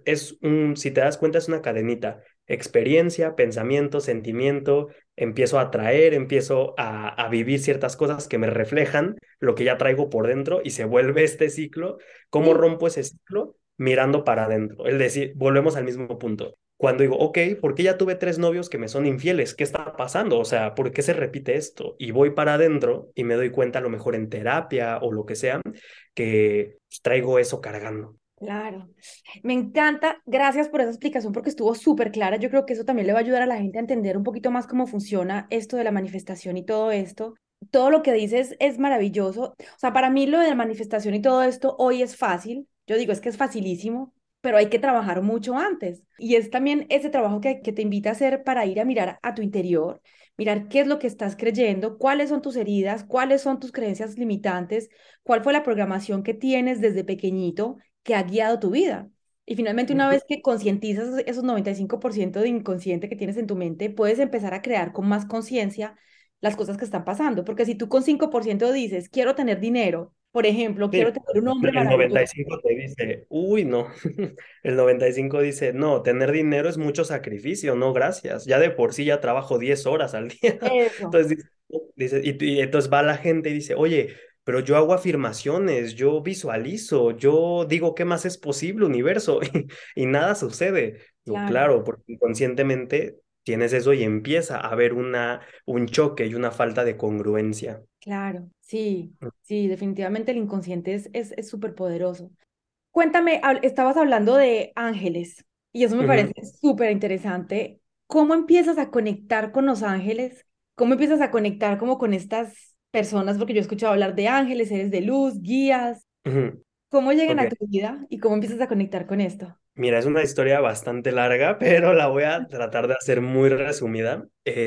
si te das cuenta, es una cadenita. Experiencia, pensamiento, sentimiento, empiezo a atraer, empiezo a vivir ciertas cosas que me reflejan lo que ya traigo por dentro y se vuelve este ciclo. ¿Cómo Sí. rompo ese ciclo? Mirando para adentro. Es decir, volvemos al mismo punto. Cuando digo, ok, ¿por qué ya tuve tres novios que me son infieles? ¿Qué está pasando? O sea, ¿por qué se repite esto? Y voy para adentro y me doy cuenta, a lo mejor en terapia o lo que sea, que pues, traigo eso cargando. Claro, me encanta. Gracias por esa explicación porque estuvo súper clara. Yo creo que eso también le va a ayudar a la gente a entender un poquito más cómo funciona esto de la manifestación y todo esto. Todo lo que dices es maravilloso. O sea, para mí lo de la manifestación y todo esto hoy es fácil. Yo digo, es que es facilísimo, pero hay que trabajar mucho antes. Y es también ese trabajo que te invita a hacer para ir a mirar a tu interior, mirar qué es lo que estás creyendo, cuáles son tus heridas, cuáles son tus creencias limitantes, cuál fue la programación que tienes desde pequeñito que ha guiado tu vida. Y finalmente, una Ujú. vez que concientizas esos 95% de inconsciente que tienes en tu mente, puedes empezar a crear con más conciencia las cosas que están pasando. Porque si tú con 5% dices, quiero tener dinero, por ejemplo, Sí, quiero tener un hombre el maravilloso. 95 te dice, uy, no. El 95 dice, no, tener dinero es mucho sacrificio, no, gracias. Ya de por sí ya trabajo 10 horas al día. Eso, Entonces, y entonces va la gente y dice, oye, pero yo hago afirmaciones, yo visualizo, yo digo, ¿qué más es posible, universo? Y nada sucede. Digo, claro, claro, porque inconscientemente tienes eso y empieza a haber un choque y una falta de congruencia. claro, sí, sí, definitivamente el inconsciente es súper poderoso. Cuéntame, estabas hablando de ángeles y eso me Ujú, parece súper interesante. ¿Cómo empiezas a conectar con los ángeles? ¿Cómo empiezas a conectar como con estas personas? Porque yo he escuchado hablar de ángeles, seres de luz, guías. ujú. ¿Cómo llegan Ok, a tu vida y cómo empiezas a conectar con esto? mira, es una historia bastante larga, pero la voy a tratar de hacer muy resumida,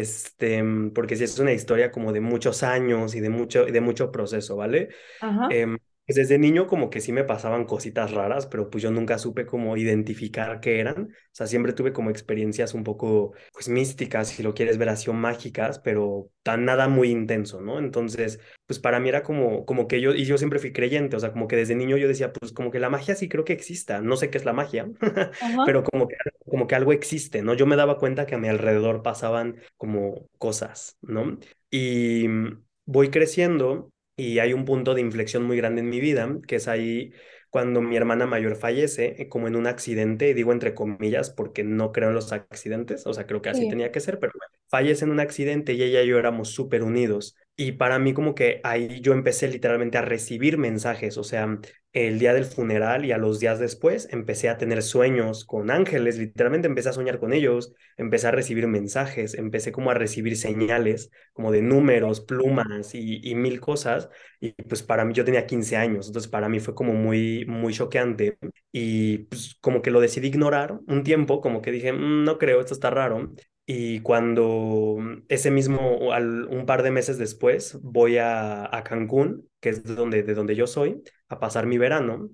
porque sí es una historia como de muchos años y de mucho proceso, ¿vale? Ajá. Pues desde niño como que sí me pasaban cositas raras, pero pues yo nunca supe cómo identificar qué eran. O sea, siempre tuve como experiencias un poco, pues místicas, si lo quieres ver así, o mágicas, pero tan nada muy intenso, ¿no? Entonces, pues para mí era como que yo, y yo siempre fui creyente, o sea, como que desde niño yo decía, pues como que la magia sí creo que exista. No sé qué es la magia, Ajá. pero como que algo existe, ¿no? Yo me daba cuenta que a mi alrededor pasaban como cosas, ¿no? Y voy creciendo. Y hay un punto de inflexión muy grande en mi vida, que es ahí cuando mi hermana mayor fallece, como en un accidente, y digo entre comillas porque no creo en los accidentes, o sea, creo que así Sí. tenía que ser, pero bueno, fallece en un accidente y ella y yo éramos súper unidos. Y para mí como que ahí yo empecé literalmente a recibir mensajes, o sea, el día del funeral y a los días después empecé a tener sueños con ángeles, literalmente empecé a soñar con ellos, empecé a recibir mensajes, empecé como a recibir señales como de números, plumas y mil cosas. Y pues para mí yo tenía 15 años, entonces para mí fue como muy, muy choqueante y pues como que lo decidí ignorar un tiempo, como que dije, "Mm, no creo, esto está raro". Y cuando ese mismo, un par de meses después, voy a Cancún, que es de donde yo soy, a pasar mi verano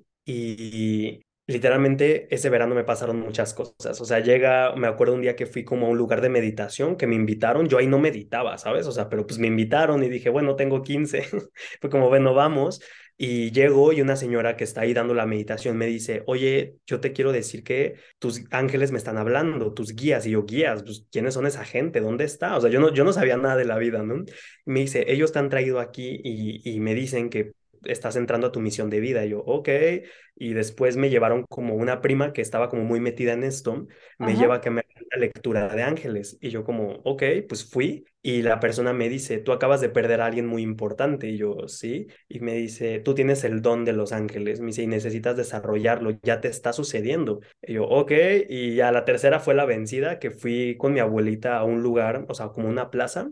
y literalmente ese verano me pasaron muchas cosas. O sea, me acuerdo un día que fui como a un lugar de meditación que me invitaron. Yo ahí no meditaba, ¿sabes? O sea, pero pues me invitaron y dije, bueno, tengo 15. Fue como, bueno, vamos. Y llego y una señora que está ahí dando la meditación me dice, oye, yo te quiero decir que tus ángeles me están hablando, tus guías. Y yo, guías, pues, ¿quiénes son esa gente? ¿Dónde está? O sea, yo no sabía nada de la vida, ¿no? Y me dice, ellos te han traído aquí y me dicen que estás entrando a tu misión de vida. Y yo, ok. Y después me llevaron como una prima que estaba como muy metida en esto, me Ajá. lleva a que me haga una lectura de ángeles. Y yo como, ok, pues fui. Y la persona me dice, tú acabas de perder a alguien muy importante. Y yo, sí. Y me dice, tú tienes el don de los ángeles. Me dice, y necesitas desarrollarlo, ya te está sucediendo. Y yo, ok. Y ya la tercera fue la vencida, que fui con mi abuelita a un lugar, o sea, como una plaza.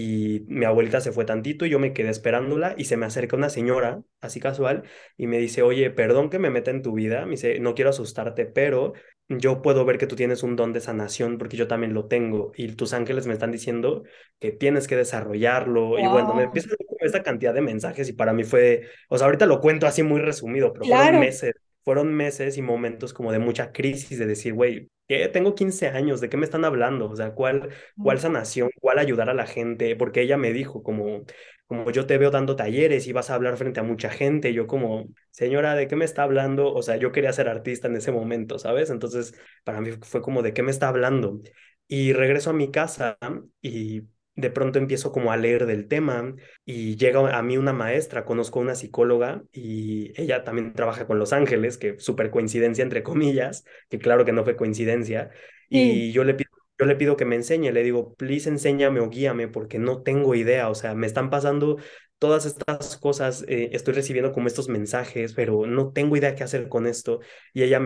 Y mi abuelita se fue tantito y yo me quedé esperándola y se me acerca una señora, así casual, y me dice, oye, perdón que me meta en tu vida. Me dice, no quiero asustarte, pero yo puedo ver que tú tienes un don de sanación porque yo también lo tengo y tus ángeles me están diciendo que tienes que desarrollarlo. Y bueno, me Wow. empieza a dar como esta cantidad de mensajes y para mí fue, o sea, ahorita lo cuento así muy resumido, pero Claro. fueron meses y momentos como de mucha crisis de decir, güey, ¿qué? Tengo 15 años, ¿de qué me están hablando? O sea, ¿cuál sanación? ¿Cuál ayudar a la gente? Porque ella me dijo como yo te veo dando talleres y vas a hablar frente a mucha gente, y yo como, señora, ¿de qué me está hablando? O sea, yo quería ser artista en ese momento, ¿sabes? Entonces, para mí fue como, ¿de qué me está hablando? Y regreso a mi casa y de pronto empiezo como a leer del tema y llega a mí una maestra, conozco a una psicóloga y ella también trabaja con Los Ángeles, que súper coincidencia entre comillas, que claro que no fue coincidencia, Sí. y yo le pido que me enseñe, le digo, please enséñame o guíame porque no tengo idea, o sea, me están pasando todas estas cosas, estoy recibiendo como estos mensajes, pero no tengo idea qué hacer con esto. Y ella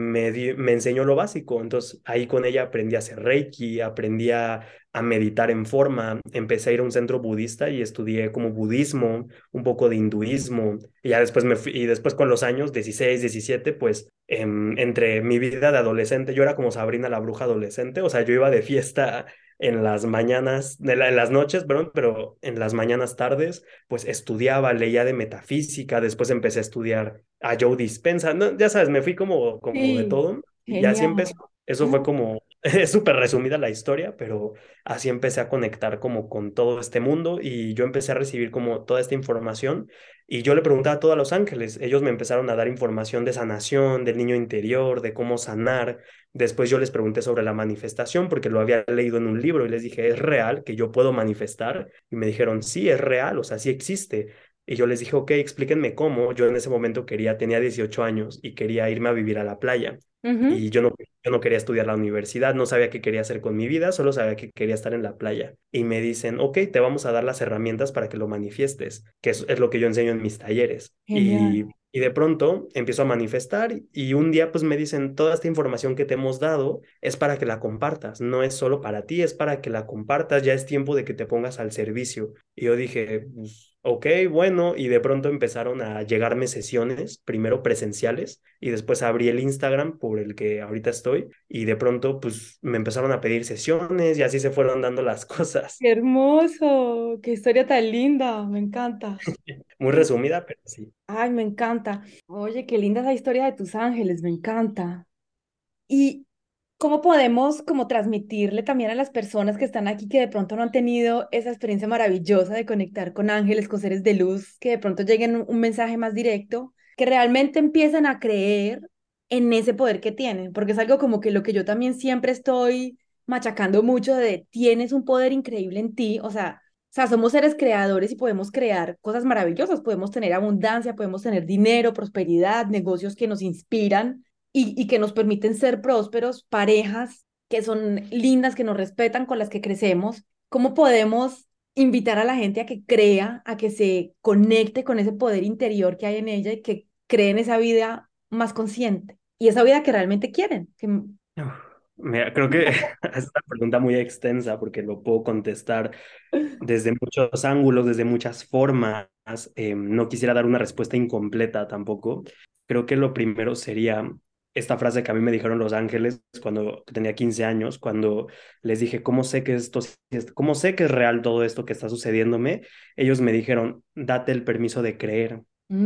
me enseñó lo básico, entonces ahí con ella aprendí a hacer Reiki, aprendí a meditar en forma, empecé a ir a un centro budista y estudié como budismo, un poco de hinduismo, y ya después y después con los años, 16 17 pues entre mi vida de adolescente, yo era como Sabrina la bruja adolescente, o sea, yo iba de fiesta en las mañanas, en las noches, perdón, pero en las mañanas tardes, pues estudiaba, leía de metafísica, después empecé a estudiar a Joe Dispenza, no, ya sabes, me fui como de Sí. todo, y así Genial. empezó. Eso fue como, es súper resumida la historia, pero así empecé a conectar como con todo este mundo y yo empecé a recibir como toda esta información y yo le preguntaba a todos los ángeles, ellos me empezaron a dar información de sanación, del niño interior, de cómo sanar. Después yo les pregunté sobre la manifestación porque lo había leído en un libro y les dije, ¿es real que yo puedo manifestar? Y me dijeron, sí, es real, o sea, sí existe. Y yo les dije, ok, explíquenme cómo. Yo en ese momento tenía 18 años y quería irme a vivir a la playa. Ujú. Y yo no quería estudiar la universidad, no sabía qué quería hacer con mi vida, solo sabía que quería estar en la playa. Y me dicen, ok, te vamos a dar las herramientas para que lo manifiestes, que es lo que yo enseño en mis talleres. Genial. Y de pronto empiezo a manifestar y un día pues me dicen, toda esta información que te hemos dado es para que la compartas, no es solo para ti, es para que la compartas, ya es tiempo de que te pongas al servicio. Y yo dije, pues, ok, bueno, y de pronto empezaron a llegarme sesiones, primero presenciales, y después abrí el Instagram por el que ahorita estoy, y de pronto pues me empezaron a pedir sesiones y así se fueron dando las cosas. Qué hermoso, qué historia tan linda, me encanta. Muy resumida, pero sí. Ay, me encanta. Oye, qué linda esa historia de tus ángeles, me encanta. ¿Y cómo podemos como transmitirle también a las personas que están aquí que de pronto no han tenido esa experiencia maravillosa de conectar con ángeles, con seres de luz, que de pronto lleguen un mensaje más directo, que realmente empiezan a creer en ese poder que tienen? Porque es algo como que lo que yo también siempre estoy machacando mucho de tienes un poder increíble en ti, o sea, somos seres creadores y podemos crear cosas maravillosas, podemos tener abundancia, podemos tener dinero, prosperidad, negocios que nos inspiran y que nos permiten ser prósperos, parejas que son lindas, que nos respetan, con las que crecemos. ¿Cómo podemos invitar a la gente a que crea, a que se conecte con ese poder interior que hay en ella y que creen esa vida más consciente y esa vida que realmente quieren? Uf, mira, creo que es una pregunta muy extensa porque lo puedo contestar desde muchos ángulos, desde muchas formas. No quisiera dar una respuesta incompleta tampoco. Creo que lo primero sería esta frase que a mí me dijeron los ángeles cuando tenía 15 años, cuando les dije, ¿cómo sé que cómo sé que es real todo esto que está sucediéndome? Ellos me dijeron, date el permiso de creer.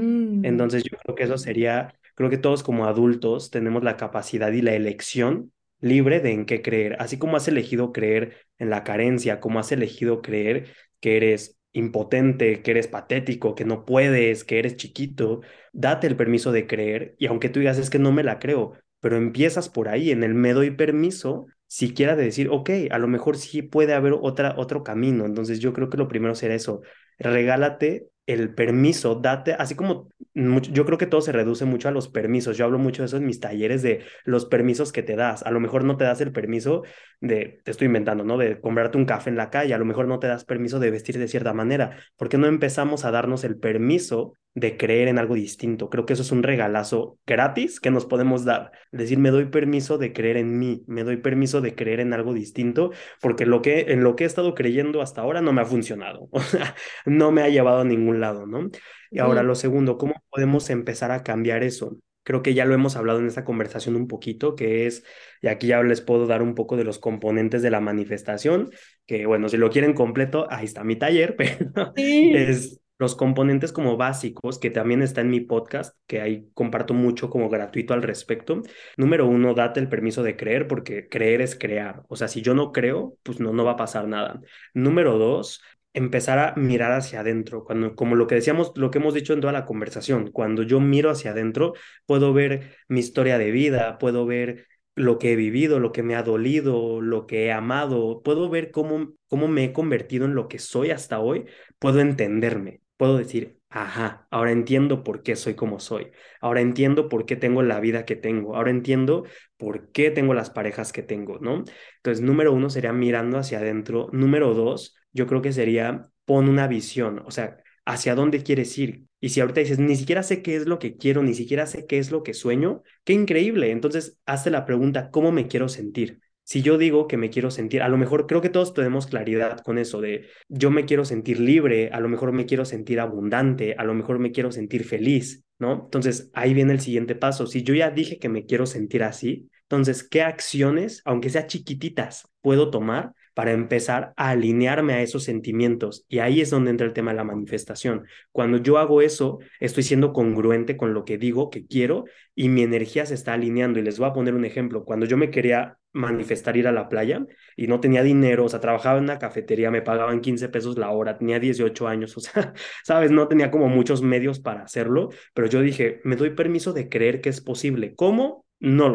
Mm, Entonces yo creo que eso sería, creo que todos como adultos tenemos la capacidad y la elección libre de en qué creer, así como has elegido creer en la carencia, como has elegido creer que eres impotente, que eres patético, que no puedes, que eres chiquito, date el permiso de creer y aunque tú digas es que no me la creo, pero empiezas por ahí, en el me doy permiso, siquiera de decir, ok, a lo mejor sí puede haber otro camino, entonces yo creo que lo primero será eso, regálate el permiso, date, así como yo creo que todo se reduce mucho a los permisos. Yo hablo mucho de eso en mis talleres de los permisos que te das. A lo mejor no te das el permiso de, te estoy inventando, ¿no? De comprarte un café en la calle. A lo mejor no te das permiso de vestir de cierta manera. ¿Por qué no empezamos a darnos el permiso de creer en algo distinto? Creo que eso es un regalazo gratis que nos podemos dar. Es decir, me doy permiso de creer en mí, me doy permiso de creer en algo distinto, porque en lo que he estado creyendo hasta ahora no me ha funcionado. O sea, no me ha llevado a ningún lado, ¿no? Y ahora sí, lo segundo, ¿cómo podemos empezar a cambiar eso? Creo que ya lo hemos hablado en esta conversación un poquito, que es, y aquí ya les puedo dar un poco de los componentes de la manifestación, que bueno, si lo quieren completo, ahí está mi taller, pero sí. es los componentes como básicos, que también está en mi podcast, que ahí comparto mucho como gratuito al respecto. Número uno, date el permiso de creer, porque creer es crear. O sea, si yo no creo, pues no va a pasar nada. Número dos, empezar a mirar hacia adentro, cuando, como lo que decíamos, lo que hemos dicho en toda la conversación, cuando yo miro hacia adentro, puedo ver mi historia de vida, puedo ver lo que he vivido, lo que me ha dolido, lo que he amado, puedo ver cómo me he convertido en lo que soy hasta hoy, puedo entenderme, puedo decir, ajá, ahora entiendo por qué soy como soy, ahora entiendo por qué tengo la vida que tengo, ahora entiendo por qué tengo las parejas que tengo, ¿no? Entonces, número uno sería mirando hacia adentro. Número dos, yo creo que sería pon una visión, o sea, hacia dónde quieres ir. Y si ahorita dices, ni siquiera sé qué es lo que quiero, ni siquiera sé qué es lo que sueño, qué increíble. Entonces, hazte la pregunta, ¿cómo me quiero sentir? Si yo digo que me quiero sentir, a lo mejor creo que todos tenemos claridad con eso de yo me quiero sentir libre, a lo mejor me quiero sentir abundante, a lo mejor me quiero sentir feliz, ¿no? Entonces ahí viene el siguiente paso. Si yo ya dije que me quiero sentir así, entonces, ¿qué acciones, aunque sean chiquititas, puedo tomar para empezar a alinearme a esos sentimientos? Y ahí es donde entra el tema de la manifestación. Cuando yo hago eso, estoy siendo congruente con lo que digo que quiero y mi energía se está alineando. Y les voy a poner un ejemplo. Cuando yo me quería manifestar ir a la playa y no tenía dinero, o sea, trabajaba en una cafetería, me pagaban 15 pesos la hora, tenía 18 años, o sea, sabes, no tenía como muchos medios para hacerlo, pero yo dije, me doy permiso de creer que es posible. ¿Cómo? No lo sé,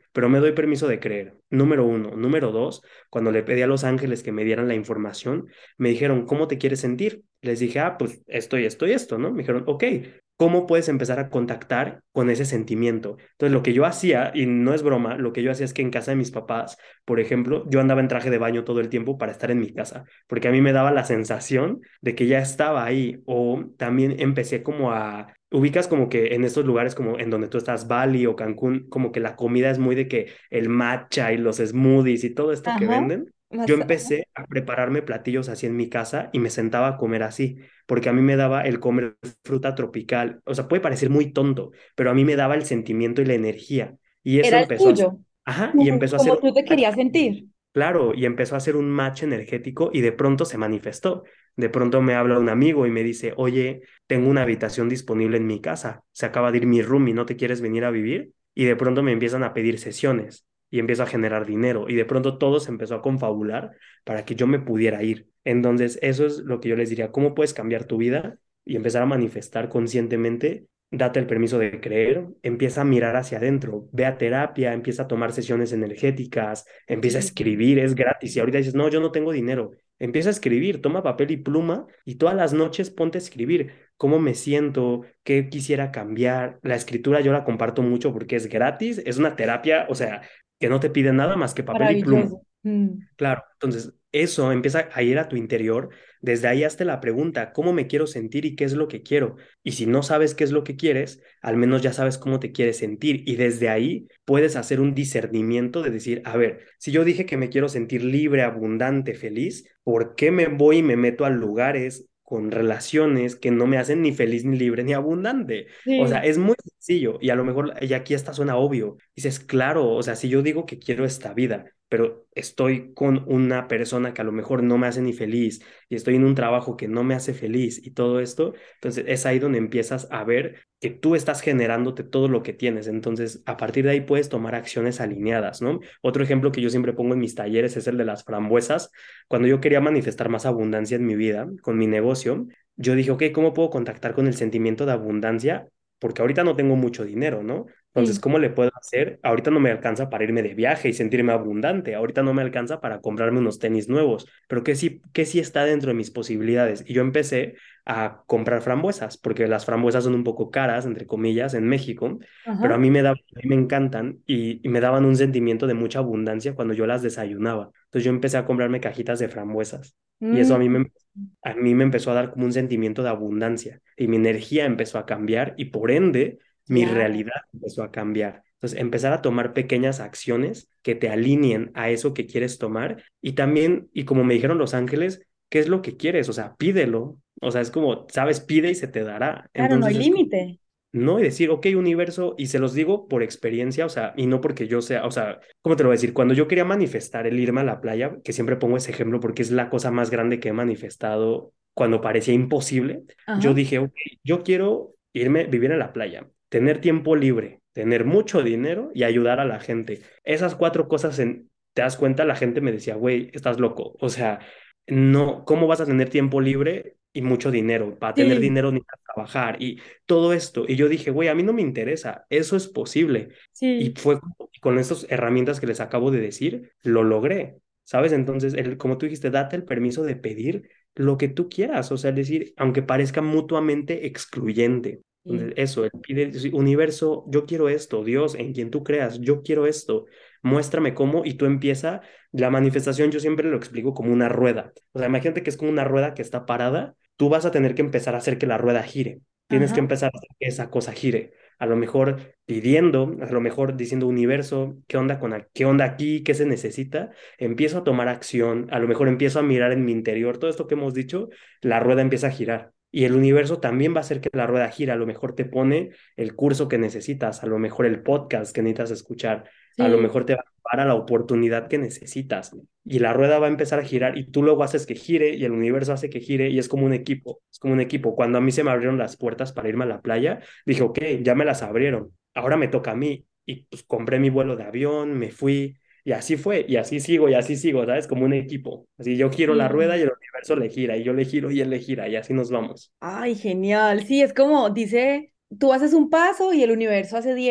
pero me doy permiso de creer. Número uno. Número dos, cuando le pedí a los ángeles que me dieran la información, me dijeron, ¿cómo te quieres sentir? Les dije, pues esto y esto y esto, ¿no? Me dijeron, ok, ¿cómo puedes empezar a contactar con ese sentimiento? Entonces, lo que yo hacía, y no es broma, lo que yo hacía es que en casa de mis papás, por ejemplo, yo andaba en traje de baño todo el tiempo para estar en mi casa, porque a mí me daba la sensación de que ya estaba ahí, o también empecé como a... Ubicas como que en estos lugares como en donde tú estás, Bali o Cancún, como que la comida es muy de que el matcha y los smoothies y todo esto que Ajá, venden. Yo más, ajá. empecé a prepararme platillos así en mi casa y me sentaba a comer así, porque a mí me daba el comer fruta tropical. O sea, puede parecer muy tonto, pero a mí me daba el sentimiento y la energía. Y eso Era el empezó a... tuyo, Ajá, y como, empezó a hacer como un tú te match. querías sentir. Claro, y empezó a hacer un match energético y de pronto se manifestó. De pronto me habla un amigo y me dice, oye, tengo una habitación disponible en mi casa. Se acaba de ir mi roomie, ¿no te quieres venir a vivir? Y de pronto me empiezan a pedir sesiones y empiezo a generar dinero. Y de pronto todo se empezó a confabular para que yo me pudiera ir. Entonces, eso es lo que yo les diría, ¿cómo puedes cambiar tu vida y empezar a manifestar conscientemente? Date el permiso de creer, empieza a mirar hacia adentro, ve a terapia, empieza a tomar sesiones energéticas, empieza a Sí. escribir, es gratis. Y ahorita dices, no, yo no tengo dinero. Empieza a escribir, toma papel y pluma y todas las noches ponte a escribir cómo me siento, qué quisiera cambiar. La escritura yo la comparto mucho porque es gratis, es una terapia, o sea, que no te pide nada más que papel y pluma. Maravilloso. Mm. Claro, entonces eso empieza a ir a tu interior. Desde ahí hazte la pregunta, ¿cómo me quiero sentir y qué es lo que quiero? Y si no sabes qué es lo que quieres, al menos ya sabes cómo te quieres sentir. Y desde ahí puedes hacer un discernimiento de decir, a ver, si yo dije que me quiero sentir libre, abundante, feliz, ¿por qué me voy y me meto a lugares con relaciones que no me hacen ni feliz, ni libre, ni abundante? O sea, Sí. es muy sencillo y a lo mejor, y aquí esta suena obvio, dices, claro, o sea, si yo digo que quiero esta vida, pero estoy con una persona que a lo mejor no me hace ni feliz y estoy en un trabajo que no me hace feliz y todo esto, entonces es ahí donde empiezas a ver que tú estás generándote todo lo que tienes. Entonces, a partir de ahí puedes tomar acciones alineadas, ¿no? Otro ejemplo que yo siempre pongo en mis talleres es el de las frambuesas. Cuando yo quería manifestar más abundancia en mi vida, con mi negocio, yo dije, ok, ¿cómo puedo contactar con el sentimiento de abundancia? Porque ahorita no tengo mucho dinero, ¿no? Entonces, Sí. ¿cómo le puedo hacer? Ahorita no me alcanza para irme de viaje y sentirme abundante. Ahorita no me alcanza para comprarme unos tenis nuevos. Pero qué sí está dentro de mis posibilidades. Y yo empecé a comprar frambuesas, porque las frambuesas son un poco caras, entre comillas, en México, pero Ajá. a mí me encantan y me daban un sentimiento de mucha abundancia cuando yo las desayunaba. Entonces yo empecé a comprarme cajitas de frambuesas. Y eso Mm, a mí me empezó a dar como un sentimiento de abundancia y mi energía empezó a cambiar y por ende mi claro. realidad empezó a cambiar. Entonces, empezar a tomar pequeñas acciones que te alineen a eso que quieres tomar y también, y como me dijeron los ángeles, ¿qué es lo que quieres? O sea, pídelo. O sea, es como, sabes, pide y se te dará. Claro, no hay Entonces es como, límite. no, y decir, ok, universo, y se los digo por experiencia, o sea, y no porque yo sea, o sea, ¿cómo te lo voy a decir? Cuando yo quería manifestar el irme a la playa, que siempre pongo ese ejemplo porque es la cosa más grande que he manifestado cuando parecía imposible, yo Ajá. dije, ok, yo quiero irme, vivir en la playa, tener tiempo libre, tener mucho dinero y ayudar a la gente. Esas cuatro cosas, te das cuenta, la gente me decía, güey, estás loco. O sea, no, ¿cómo vas a tener tiempo libre y mucho dinero? Para tener Sí, dinero necesitas trabajar y todo esto. Y yo dije, güey, a mí no me interesa, eso es posible. Y sí. fue con estas herramientas que les acabo de decir, lo logré, ¿sabes? Entonces, como tú dijiste, date el permiso de pedir lo que tú quieras, o sea, es decir, aunque parezca mutuamente excluyente. Entonces, Sí. eso, el pide, sí, universo, yo quiero esto, Dios, en quien tú creas, yo quiero esto, muéstrame cómo, y tú empieza, la manifestación yo siempre lo explico como una rueda. O sea, imagínate que es como una rueda que está parada, tú vas a tener que empezar a hacer que la rueda gire. Tienes que Ajá. empezar a hacer que esa cosa gire. A lo mejor pidiendo, a lo mejor diciendo universo, ¿qué onda qué onda aquí? ¿Qué se necesita? Empiezo a tomar acción, a lo mejor empiezo a mirar en mi interior, todo esto que hemos dicho, la rueda empieza a girar. Y el universo también va a hacer que la rueda gire. A lo mejor te pone el curso que necesitas, a lo mejor el podcast que necesitas escuchar, a lo Sí. mejor te va a para la oportunidad que necesitas y la rueda va a empezar a girar y tú luego haces que gire y el universo hace que gire y es como un equipo, es como un equipo. Cuando a mí se me abrieron las puertas para irme a la playa, dije, ok, ya me las abrieron, ahora me toca a mí y pues compré mi vuelo de avión, me fui y así fue y así sigo, ¿sabes? Como un equipo. Así yo giro la rueda Sí. y el universo le gira y yo le giro y él le gira y así nos vamos. Ay, genial. Sí, es como dice, tú haces un paso y el universo hace 10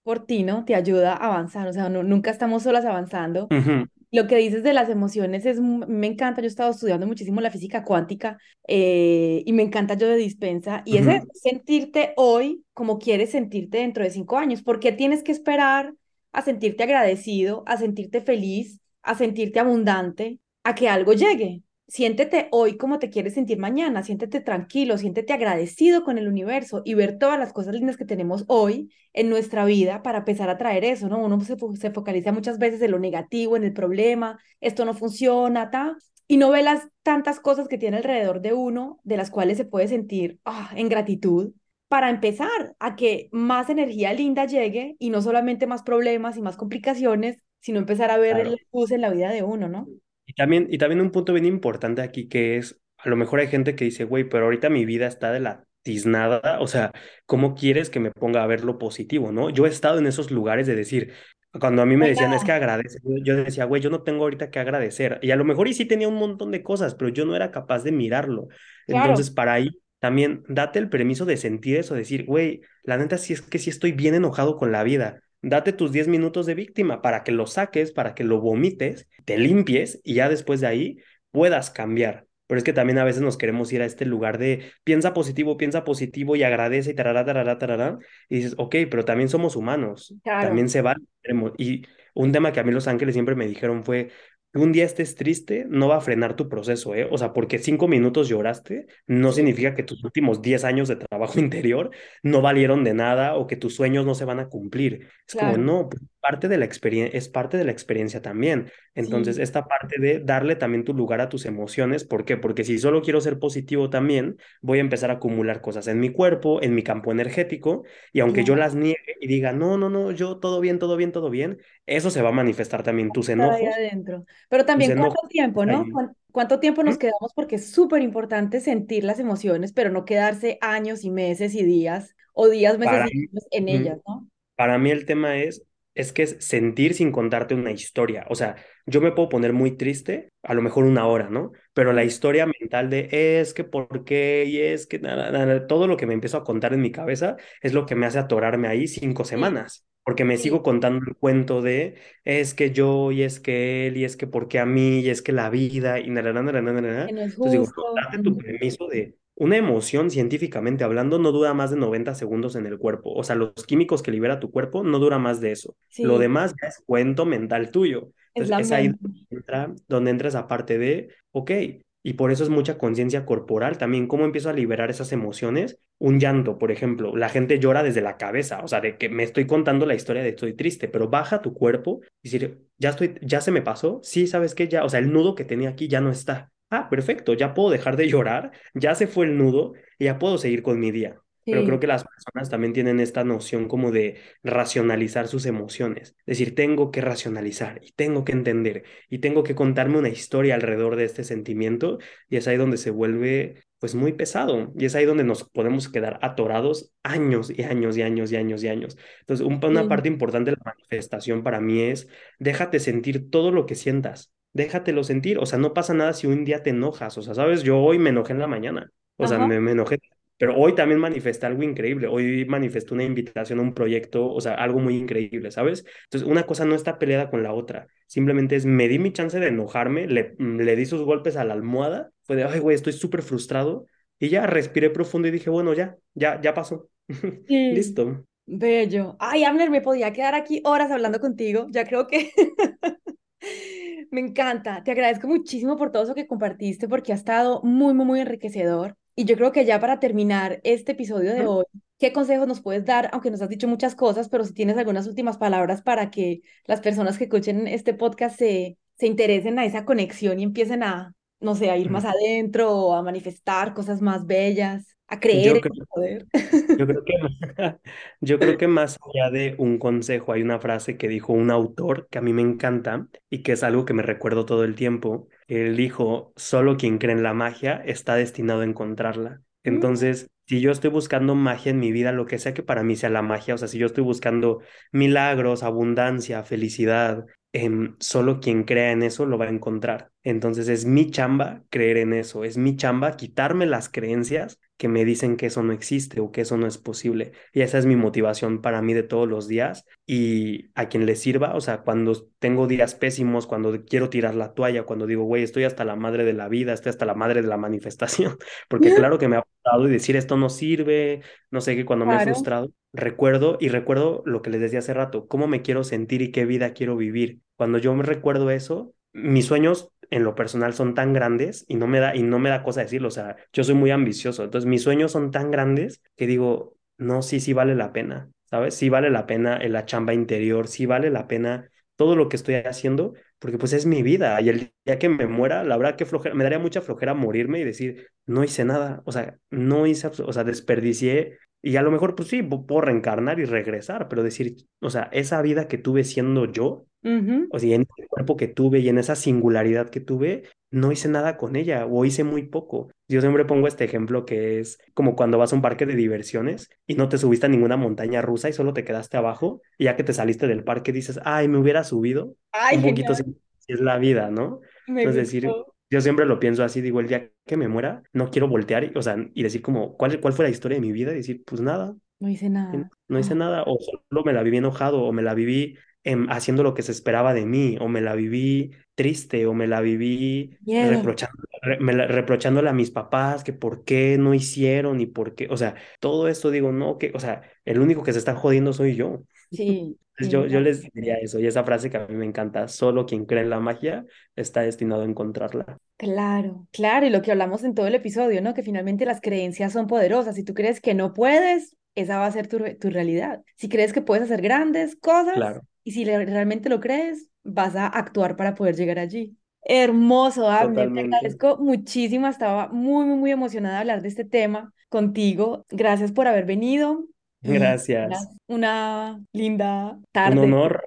por ti, ¿no? Te ayuda a avanzar, o sea, nunca estamos solas avanzando. Ujú, Lo que dices de las emociones me encanta. Yo he estado estudiando muchísimo la física cuántica y me encanta yo de dispensa. Y es eso, ujú. sentirte hoy como quieres sentirte dentro de 5 años. ¿Por qué tienes que esperar a sentirte agradecido, a sentirte feliz, a sentirte abundante, a que algo llegue? Siéntete hoy como te quieres sentir mañana, siéntete tranquilo, siéntete agradecido con el universo y ver todas las cosas lindas que tenemos hoy en nuestra vida para empezar a traer eso, ¿no? Uno se focaliza muchas veces en lo negativo, en el problema, esto no funciona, y no ve las tantas cosas que tiene alrededor de uno, de las cuales se puede sentir en gratitud, para empezar a que más energía linda llegue y no solamente más problemas y más complicaciones, sino empezar a ver la Claro. luz en la vida de uno, ¿no? Y también un punto bien importante aquí que es, a lo mejor hay gente que dice, güey, pero ahorita mi vida está de la tiznada, o sea, ¿cómo quieres que me ponga a ver lo positivo, no? Yo he estado en esos lugares de decir, cuando a mí me decían, es que agradece, yo decía, güey, yo no tengo ahorita que agradecer, y a lo mejor y sí tenía un montón de cosas, pero yo no era capaz de mirarlo. Claro, Entonces, para ahí también date el permiso de sentir eso, decir, güey, la neta sí es que sí estoy bien enojado con la vida. Date tus 10 minutos de víctima para que lo saques, para que lo vomites, te limpies y ya después de ahí puedas cambiar. Pero es que también a veces nos queremos ir a este lugar de piensa positivo y agradece y tarará, tarará, tarará. Y dices, ok, pero también somos humanos, claro, también se vale. Y un tema que a mí Los Ángeles siempre me dijeron fue, que un día estés triste, no va a frenar tu proceso, ¿eh? O sea, porque 5 minutos lloraste, no sí, significa que tus últimos 10 años de trabajo interior no valieron de nada o que tus sueños no se van a cumplir. Es como, claro, no, pues, parte de la experiencia, es parte de la experiencia también. Entonces, sí, esta parte de darle también tu lugar a tus emociones, ¿por qué? Porque si solo quiero ser positivo también, voy a empezar a acumular cosas en mi cuerpo, en mi campo energético, y aunque yo claro. las niegue y diga, no, no, no, yo todo bien, todo bien, todo bien, eso se va a manifestar también Estar ahí adentro. Pero tus también enojos cuánto tiempo, ¿no? ahí. ¿Cuánto tiempo ¿Mm? nos quedamos? Porque es súper importante sentir las emociones, pero no quedarse años y meses y días, o días, meses Para y años en mí, ellas, ¿no? Para mí el tema es que es sentir sin contarte una historia. O sea, yo me puedo poner muy triste, a lo mejor una hora, ¿no? Pero la Sí, historia mental de es que por qué y es que todo lo que me empiezo a contar en mi cabeza es lo que me hace atorarme ahí 5 semanas. Porque me sigo sí, contando el cuento de es que yo y es que él y es que por qué a mí y es que la vida y nada, nada, nada, nada, que nada. no es Entonces digo, no, justo. date tu Ujú. permiso de una emoción científicamente hablando no dura más de 90 segundos en el cuerpo. O sea, los químicos que libera tu cuerpo no dura más de eso. Lo Sí, demás ya es cuento mental tuyo. es Entonces, la es ahí mente. donde entra esa parte de, ok, y por eso es mucha conciencia corporal también, cómo empiezo a liberar esas emociones. Un llanto, por ejemplo, la gente llora desde la cabeza, o sea, de que me estoy contando la historia de estoy triste, pero baja tu cuerpo y decir, ya estoy, ya se me pasó, sí, ¿sabes qué? Ya, o sea, el nudo que tenía aquí ya no está. Ah, perfecto, ya puedo dejar de llorar, ya se fue el nudo y ya puedo seguir con mi día. Pero creo Sí, que las personas también tienen esta noción como de racionalizar sus emociones. Es decir, tengo que racionalizar y tengo que entender y tengo que contarme una historia alrededor de este sentimiento y es ahí donde se vuelve pues muy pesado y es ahí donde nos podemos quedar atorados años y años y años y años y años. Entonces, una sí, parte importante de la manifestación para mí es déjate sentir todo lo que sientas. Déjatelo sentir, o sea, no pasa nada si un día te enojas, o sea, sabes, yo hoy me enojé en la mañana, o sea, ajá, me enojé, pero hoy también manifesté algo increíble. Hoy manifesté una invitación a un proyecto, o sea, algo muy increíble, ¿sabes? Entonces, una cosa no está peleada con la otra. Simplemente es, me di mi chance de enojarme, le di sus golpes a la almohada. Fue de, ay, güey, estoy súper frustrado. Y ya respiré profundo y dije, bueno, ya pasó. sí, Listo. bello. Ay, Abner, me podía quedar aquí horas hablando contigo. Ya creo que me encanta. Te agradezco muchísimo por todo eso que compartiste porque ha estado muy, muy, muy enriquecedor. Y yo creo que ya para terminar este episodio de Ujú. hoy, ¿qué consejos nos puedes dar? Aunque nos has dicho muchas cosas, pero si tienes algunas últimas palabras para que las personas que escuchen este podcast se interesen a esa conexión y empiecen a, no sé, a ir más adentro o a manifestar cosas más bellas, a creer Yo en creo el poder. Yo creo que, yo creo que más allá de un consejo, hay una frase que dijo un autor que a mí me encanta y que es algo que me recuerdo todo el tiempo. Él dijo, solo quien cree en la magia está destinado a encontrarla. Mm, Entonces, si yo estoy buscando magia en mi vida, lo que sea que para mí sea la magia, o sea, si yo estoy buscando milagros, abundancia, felicidad, solo quien crea en eso lo va a encontrar. Entonces, es mi chamba creer en eso, es mi chamba quitarme las creencias que me dicen que eso no existe o que eso no es posible. Y esa es mi motivación para mí de todos los días y a quien le sirva, o sea, cuando tengo días pésimos, cuando quiero tirar la toalla, cuando digo, güey, estoy hasta la madre de la vida, estoy hasta la madre de la manifestación, porque claro que me ha pasado y decir esto no sirve, no sé qué, cuando me he Claro. frustrado, recuerdo lo que les decía hace rato, cómo me quiero sentir y qué vida quiero vivir. Cuando yo me recuerdo eso, mis sueños en lo personal son tan grandes y no me da cosa decirlo, o sea, yo soy muy ambicioso, entonces mis sueños son tan grandes que digo, no, sí, sí vale la pena, ¿sabes? Sí vale la pena la chamba interior, sí vale la pena todo lo que estoy haciendo, porque pues es mi vida y el día que me muera, la verdad que flojera, me daría mucha flojera morirme y decir, no hice nada, o sea, no hice, o sea, desperdicié y a lo mejor pues sí, puedo reencarnar y regresar, pero decir, o sea, esa vida que tuve siendo yo, Ujú. o sea, en el cuerpo que tuve y en esa singularidad que tuve, no hice nada con ella o hice muy poco. Yo siempre pongo este ejemplo que es como cuando vas a un parque de diversiones y no te subiste a ninguna montaña rusa y solo te quedaste abajo y ya que te saliste del parque dices, ay, me hubiera subido Ay, un poquito genial, si si es la vida, ¿no? me Entonces decir, gustó. yo siempre lo pienso así, digo, el día que me muera, no quiero voltear, o sea, y decir como, ¿cuál fue la historia de mi vida? Y decir, pues nada, No hice nada. no hice Ah, nada, o solo me la viví enojado, o me la viví haciendo lo que se esperaba de mí, o me la viví triste, o me la viví miedo. reprochándole a mis papás que por qué no hicieron y por qué, o sea, todo esto digo, no, que, o sea, el único que se está jodiendo soy yo. Sí, Entonces sí, yo no. les diría eso, y esa frase que a mí me encanta, solo quien cree en la magia está destinado a encontrarla. Claro, claro, y lo que hablamos en todo el episodio, ¿no? Que finalmente las creencias son poderosas. Si tú crees que no puedes, esa va a ser tu realidad. Si crees que puedes hacer grandes cosas Claro, y si realmente lo crees, vas a actuar para poder llegar allí. Hermoso, Abner. Te totalmente. agradezco muchísimo. Estaba muy, muy, muy emocionada de hablar de este tema contigo. Gracias por haber venido y Gracias. una linda Un tarde. honor.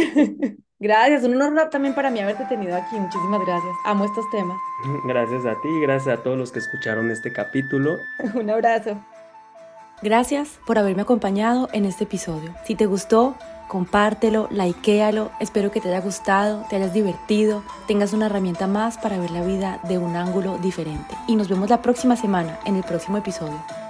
Gracias, un honor también para mí haberte tenido aquí. Muchísimas gracias. Amo estos temas. Gracias a ti, gracias a todos los que escucharon este capítulo. Un abrazo. Gracias por haberme acompañado en este episodio. Si te gustó, compártelo, likealo. Espero que te haya gustado, te hayas divertido, tengas una herramienta más para ver la vida de un ángulo diferente. Y nos vemos la próxima semana en el próximo episodio.